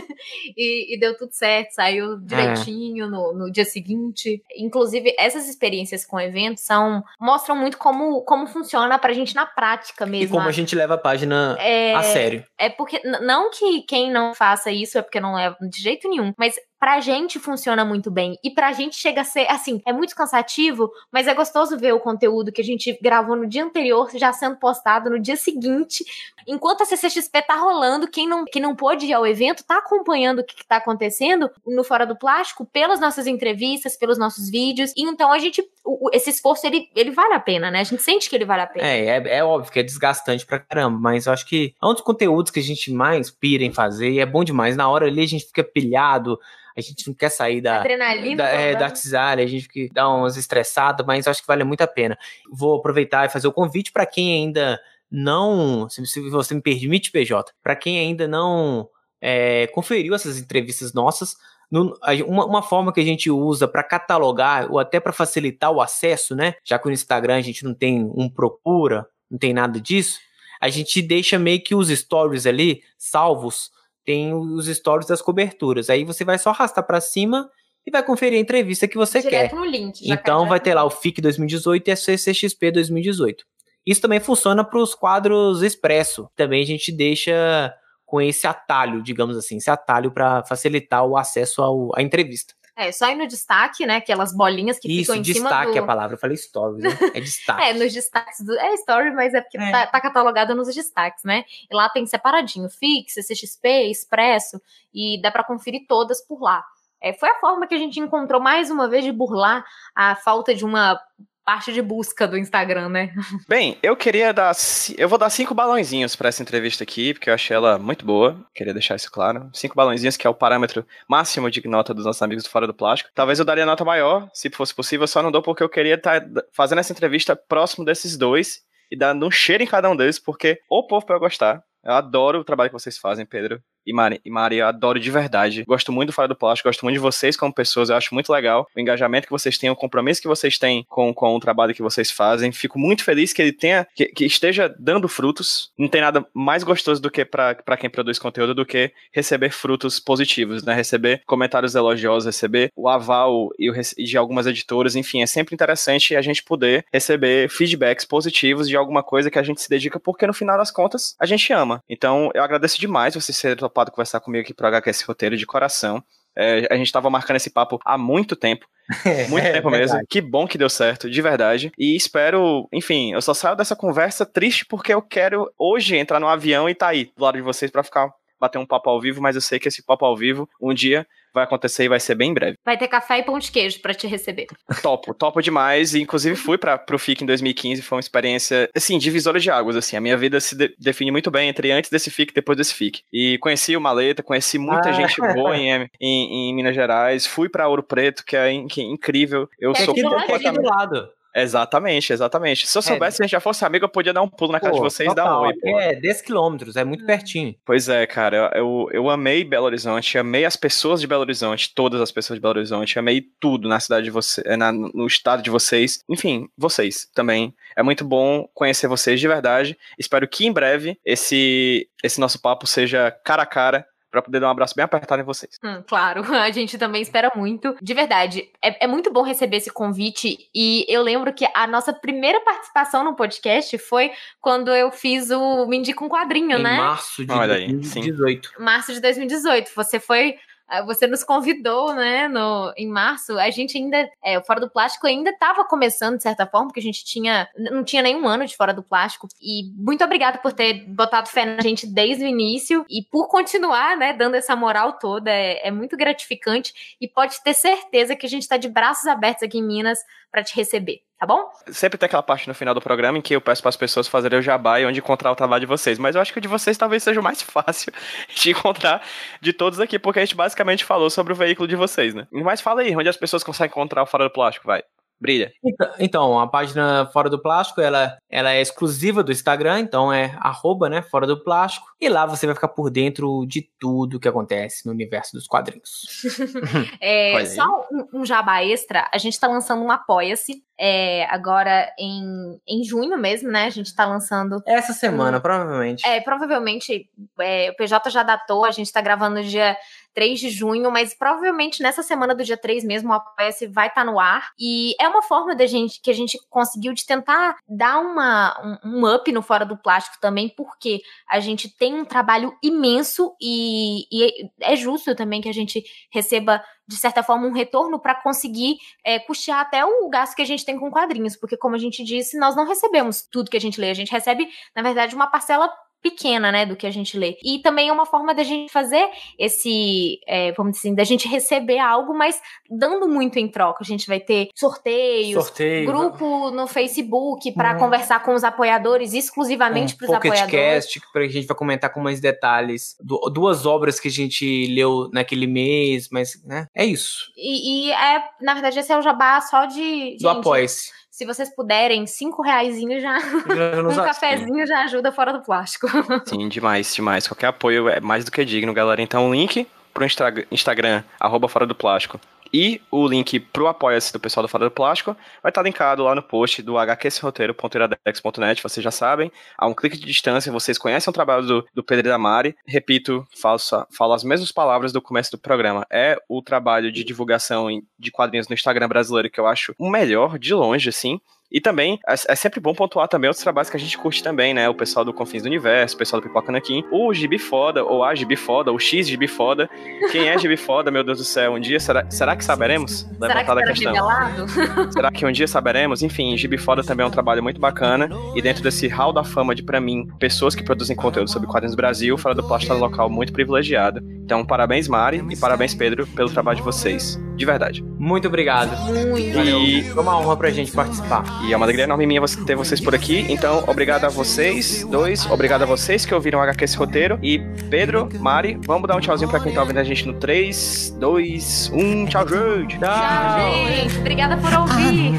e, e deu tudo certo, saiu direitinho é. no, no dia seguinte. Inclusive, essas experiências com eventos são, mostram muito como, como funciona pra gente na prática mesmo. E como a gente leva a página é, a sério. É porque, não que quem não faça isso é porque não leva de jeito nenhum, mas pra gente funciona muito bem. E pra gente chega a ser, assim, é muito cansativo, mas é gostoso ver o conteúdo que a gente gravou no dia anterior já sendo postado no dia seguinte. Enquanto a C C X P tá rolando, quem não, quem não pôde ir ao evento tá acompanhando o que, que tá acontecendo no Fora do Plástico pelas nossas entrevistas, pelos nossos vídeos. E então a gente, o, esse esforço, ele, ele vale a pena, né? A gente sente que ele vale a pena. É, é, é óbvio que é desgastante pra caramba, mas eu acho que é um dos conteúdos que a gente mais pira em fazer e é bom demais. Na hora ali a gente fica pilhado, a gente não quer sair da adrenalina, da, é, da artisária, a gente fica, dá umas estressadas, mas eu acho que vale muito a pena. Vou aproveitar e fazer o convite para quem ainda não, se, se você me permite, P J, para quem ainda não é, conferiu essas entrevistas nossas, no, uma, uma forma que a gente usa para catalogar ou até para facilitar o acesso, né? Já que no Instagram a gente não tem um procura, não tem nada disso, a gente deixa meio que os stories ali salvos. Tem os stories das coberturas. Aí você vai só arrastar pra cima e vai conferir a entrevista que você direto quer. No link. Já então vai ter lá o F I C dois mil e dezoito e a C C X P dois mil e dezoito. Isso também funciona para os quadros expresso. Também a gente deixa com esse atalho, digamos assim, esse atalho para facilitar o acesso ao, à entrevista. É, só ir no destaque, né? Aquelas bolinhas que Isso, ficam em cima do... destaque é a palavra. Eu falei stories, né? É destaque. É, nos destaques do... É story, mas é porque é. Tá, tá catalogado nos destaques, né? E lá tem separadinho, F I C, C C X P, Expresso, e dá pra conferir todas por lá. É, foi a forma que a gente encontrou, mais uma vez, de burlar a falta de uma parte de busca do Instagram, né? Bem, eu queria dar... Eu vou dar cinco balãozinhos pra essa entrevista aqui, porque eu achei ela muito boa. Queria deixar isso claro. Cinco balãozinhos, que é o parâmetro máximo de nota dos nossos amigos do Fora do Plástico. Talvez eu daria nota maior, se fosse possível, só não dou porque eu queria estar fazendo essa entrevista próximo desses dois e dando um cheiro em cada um deles, porque o povo pra eu gostar. Eu adoro o trabalho que vocês fazem, Pedro e Mari, e Mari, eu adoro de verdade. Gosto muito do Fora do Plástico, gosto muito de vocês como pessoas, eu acho muito legal o engajamento que vocês têm, o compromisso que vocês têm com, com o trabalho que vocês fazem. Fico muito feliz que ele tenha, que, que esteja dando frutos. Não tem nada mais gostoso do que pra, pra quem produz conteúdo do que receber frutos positivos, né? Receber comentários elogiosos, receber o aval e, o, e de algumas editoras, enfim, é sempre interessante a gente poder receber feedbacks positivos de alguma coisa que a gente se dedica, porque no final das contas a gente ama. Então eu agradeço demais vocês terem topado conversar comigo aqui pro H Q S Roteiro de coração. É, a gente tava marcando esse papo há muito tempo. Muito É, tempo verdade. mesmo. Que bom que deu certo, de verdade. E espero, enfim, eu só saio dessa conversa triste porque eu quero hoje entrar no avião e tá aí do lado de vocês pra ficar bater um papo ao vivo, mas eu sei que esse papo ao vivo um dia vai acontecer e vai ser bem breve. Vai ter café e pão de queijo pra te receber. Topo, topo demais. E, inclusive, fui para pro F I C em dois mil e quinze, foi uma experiência, assim, divisória de águas, assim. A minha vida se de- define muito bem entre antes desse F I C e depois desse F I C. E conheci o Maleta, conheci muita Ah. gente boa em, em, em Minas Gerais. Fui para Ouro Preto, que é, in- que é incrível. Eu Que é sou Aqui, do aqui do completamente... lado. Exatamente, exatamente. Se eu soubesse que a gente já fosse amigo, eu podia dar um pulo na casa de Pô, vocês e dar um total, oi, aqui pô. é dez quilômetros, é muito pertinho. Pois é, cara, eu, eu amei Belo Horizonte, amei as pessoas de Belo Horizonte, todas as pessoas de Belo Horizonte, amei tudo na cidade de vocês, no estado de vocês, enfim, vocês também. É muito bom conhecer vocês de verdade. Espero que em breve esse, esse nosso papo seja cara a cara, pra poder dar um abraço bem apertado em vocês. Hum, claro, a gente também espera muito. De verdade, é, é muito bom receber esse convite. E eu lembro que a nossa primeira participação no podcast foi quando eu fiz o Me Indica um Quadrinho, Em né? março de Olha aí, dois mil e dezoito. Março de dois mil e dezoito. Você foi. Você nos convidou, né, no, em março. A gente ainda, é, o Fora do Plástico ainda estava começando, de certa forma, porque a gente tinha, não tinha nenhum ano de Fora do Plástico. E muito obrigada por ter botado fé na gente desde o início e por continuar, né, dando essa moral toda. É, é muito gratificante e pode ter certeza que a gente está de braços abertos aqui em Minas para te receber, tá bom? Sempre tem aquela parte no final do programa em que eu peço para as pessoas fazerem o jabá e onde encontrar o trabalho de vocês, mas eu acho que o de vocês talvez seja o mais fácil de encontrar de todos aqui, porque a gente basicamente falou sobre o veículo de vocês, né? Mas fala aí, onde as pessoas conseguem encontrar o Fora do Plástico, vai. Brilha. Então, então, a página Fora do Plástico, ela, ela é exclusiva do Instagram, então é arroba, né, Fora do Plástico. E lá você vai ficar por dentro de tudo que acontece no universo dos quadrinhos. É, Olha aí. só um, um jabá extra, a gente tá lançando um Apoia-se, é, agora em, em junho mesmo, né, a gente tá lançando... Essa semana, provavelmente. É, provavelmente, é, o P J já datou, a gente tá gravando no dia três de junho, mas provavelmente nessa semana do dia três mesmo o Apoia-se vai estar no ar. E é uma forma da gente, que a gente conseguiu de tentar dar uma, um, um up no Fora do Plástico também, porque a gente tem um trabalho imenso e, e é justo também que a gente receba, de certa forma, um retorno para conseguir é, custear até o gasto que a gente tem com quadrinhos, porque como a gente disse, nós não recebemos tudo que a gente lê, a gente recebe, na verdade, uma parcela pequena, né, do que a gente lê. E também é uma forma da gente fazer esse, é, vamos dizer assim, da gente receber algo, mas dando muito em troca. A gente vai ter sorteios, Sorteio. grupo no Facebook para Hum. conversar com os apoiadores, exclusivamente Um para os apoiadores. PocketCast, que a gente vai comentar com mais detalhes. Du- duas obras que a gente leu naquele mês, mas, né, é isso. E, e é, na verdade, esse é o jabá só de... Do Apoia-se. Se vocês puderem, cinco reaisinho já... Já nos um a- cafezinho já ajuda Fora do Plástico. Sim, demais, demais. Qualquer apoio é mais do que digno, galera. Então, o link pro Instra- Instagram, arroba Fora do Plástico, e o link pro Apoia-se do pessoal do Fora do Plástico vai estar linkado lá no post do h q s roteiro ponto iradex ponto net, vocês já sabem. A um clique de distância, vocês conhecem o trabalho do, do Pedro e da Mari. Repito, falo, só- falo as mesmas palavras do começo do programa. É o trabalho de divulgação em- de quadrinhos no Instagram brasileiro que eu acho o melhor, de longe, assim. E também, é é sempre bom pontuar também outros trabalhos que a gente curte também, né? O pessoal do Confins do Universo, o pessoal do Pipoca Nanquim, o Gibi Foda, ou a Gibi Foda, o X Gibi Foda. Quem é Gibi Foda, meu Deus do céu? Um dia, será, será que saberemos? Será que Levantada a será questão. revelado? Será que um dia saberemos? Enfim, Gibi Foda também é um trabalho muito bacana. E dentro desse hall da fama de, pra mim, pessoas que produzem conteúdo sobre quadrinhos do Brasil, Fora do Plástico tá num local muito privilegiado. Então, parabéns, Mari, e parabéns, Pedro, pelo trabalho de vocês. De verdade. Muito obrigado. Muito. Valeu. E- Foi uma honra pra gente participar. E é uma alegria enorme minha você- ter vocês por aqui. Então, obrigado a vocês dois. Obrigado a vocês que ouviram o H Q esse roteiro. E Pedro, Mari, vamos dar um tchauzinho pra quem tá ouvindo a gente no três, dois, um. Tchau, gente. Tchau, gente. Obrigada por ouvir.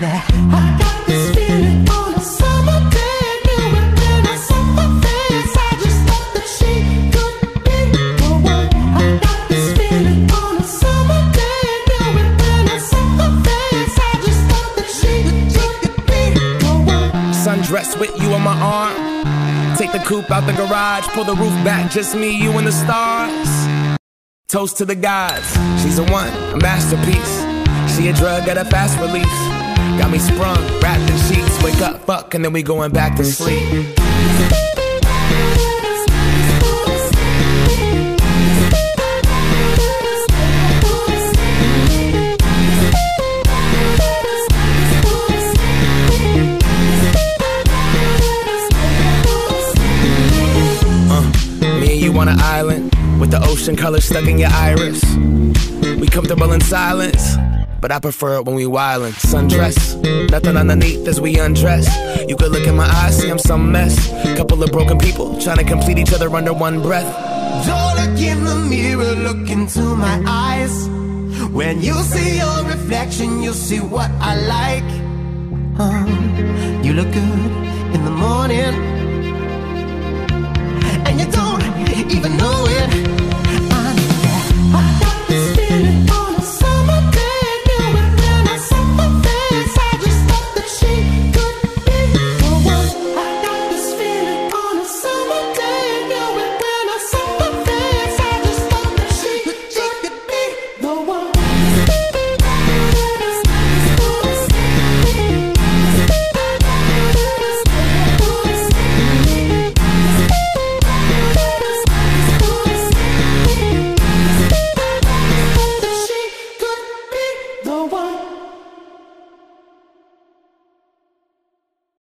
Sundress with you on my arm. Take the coupe out the garage, pull the roof back, just me, you and the stars. Toast to the gods. She's a one, a masterpiece. She a drug at a fast release. Got me sprung, wrapped in sheets. Wake up, fuck, and then we going back to sleep. on an island with the ocean color stuck in your iris. We comfortable in silence, but I prefer it when we wildin'. Sundress, nothing underneath as we undress. You could look in my eyes, see I'm some mess. Couple of broken people trying to complete each other under one breath. Don't look in the mirror, look into my eyes. When you see your reflection, you'll see what I like. uh, You look good in the morning, and you don't even know it.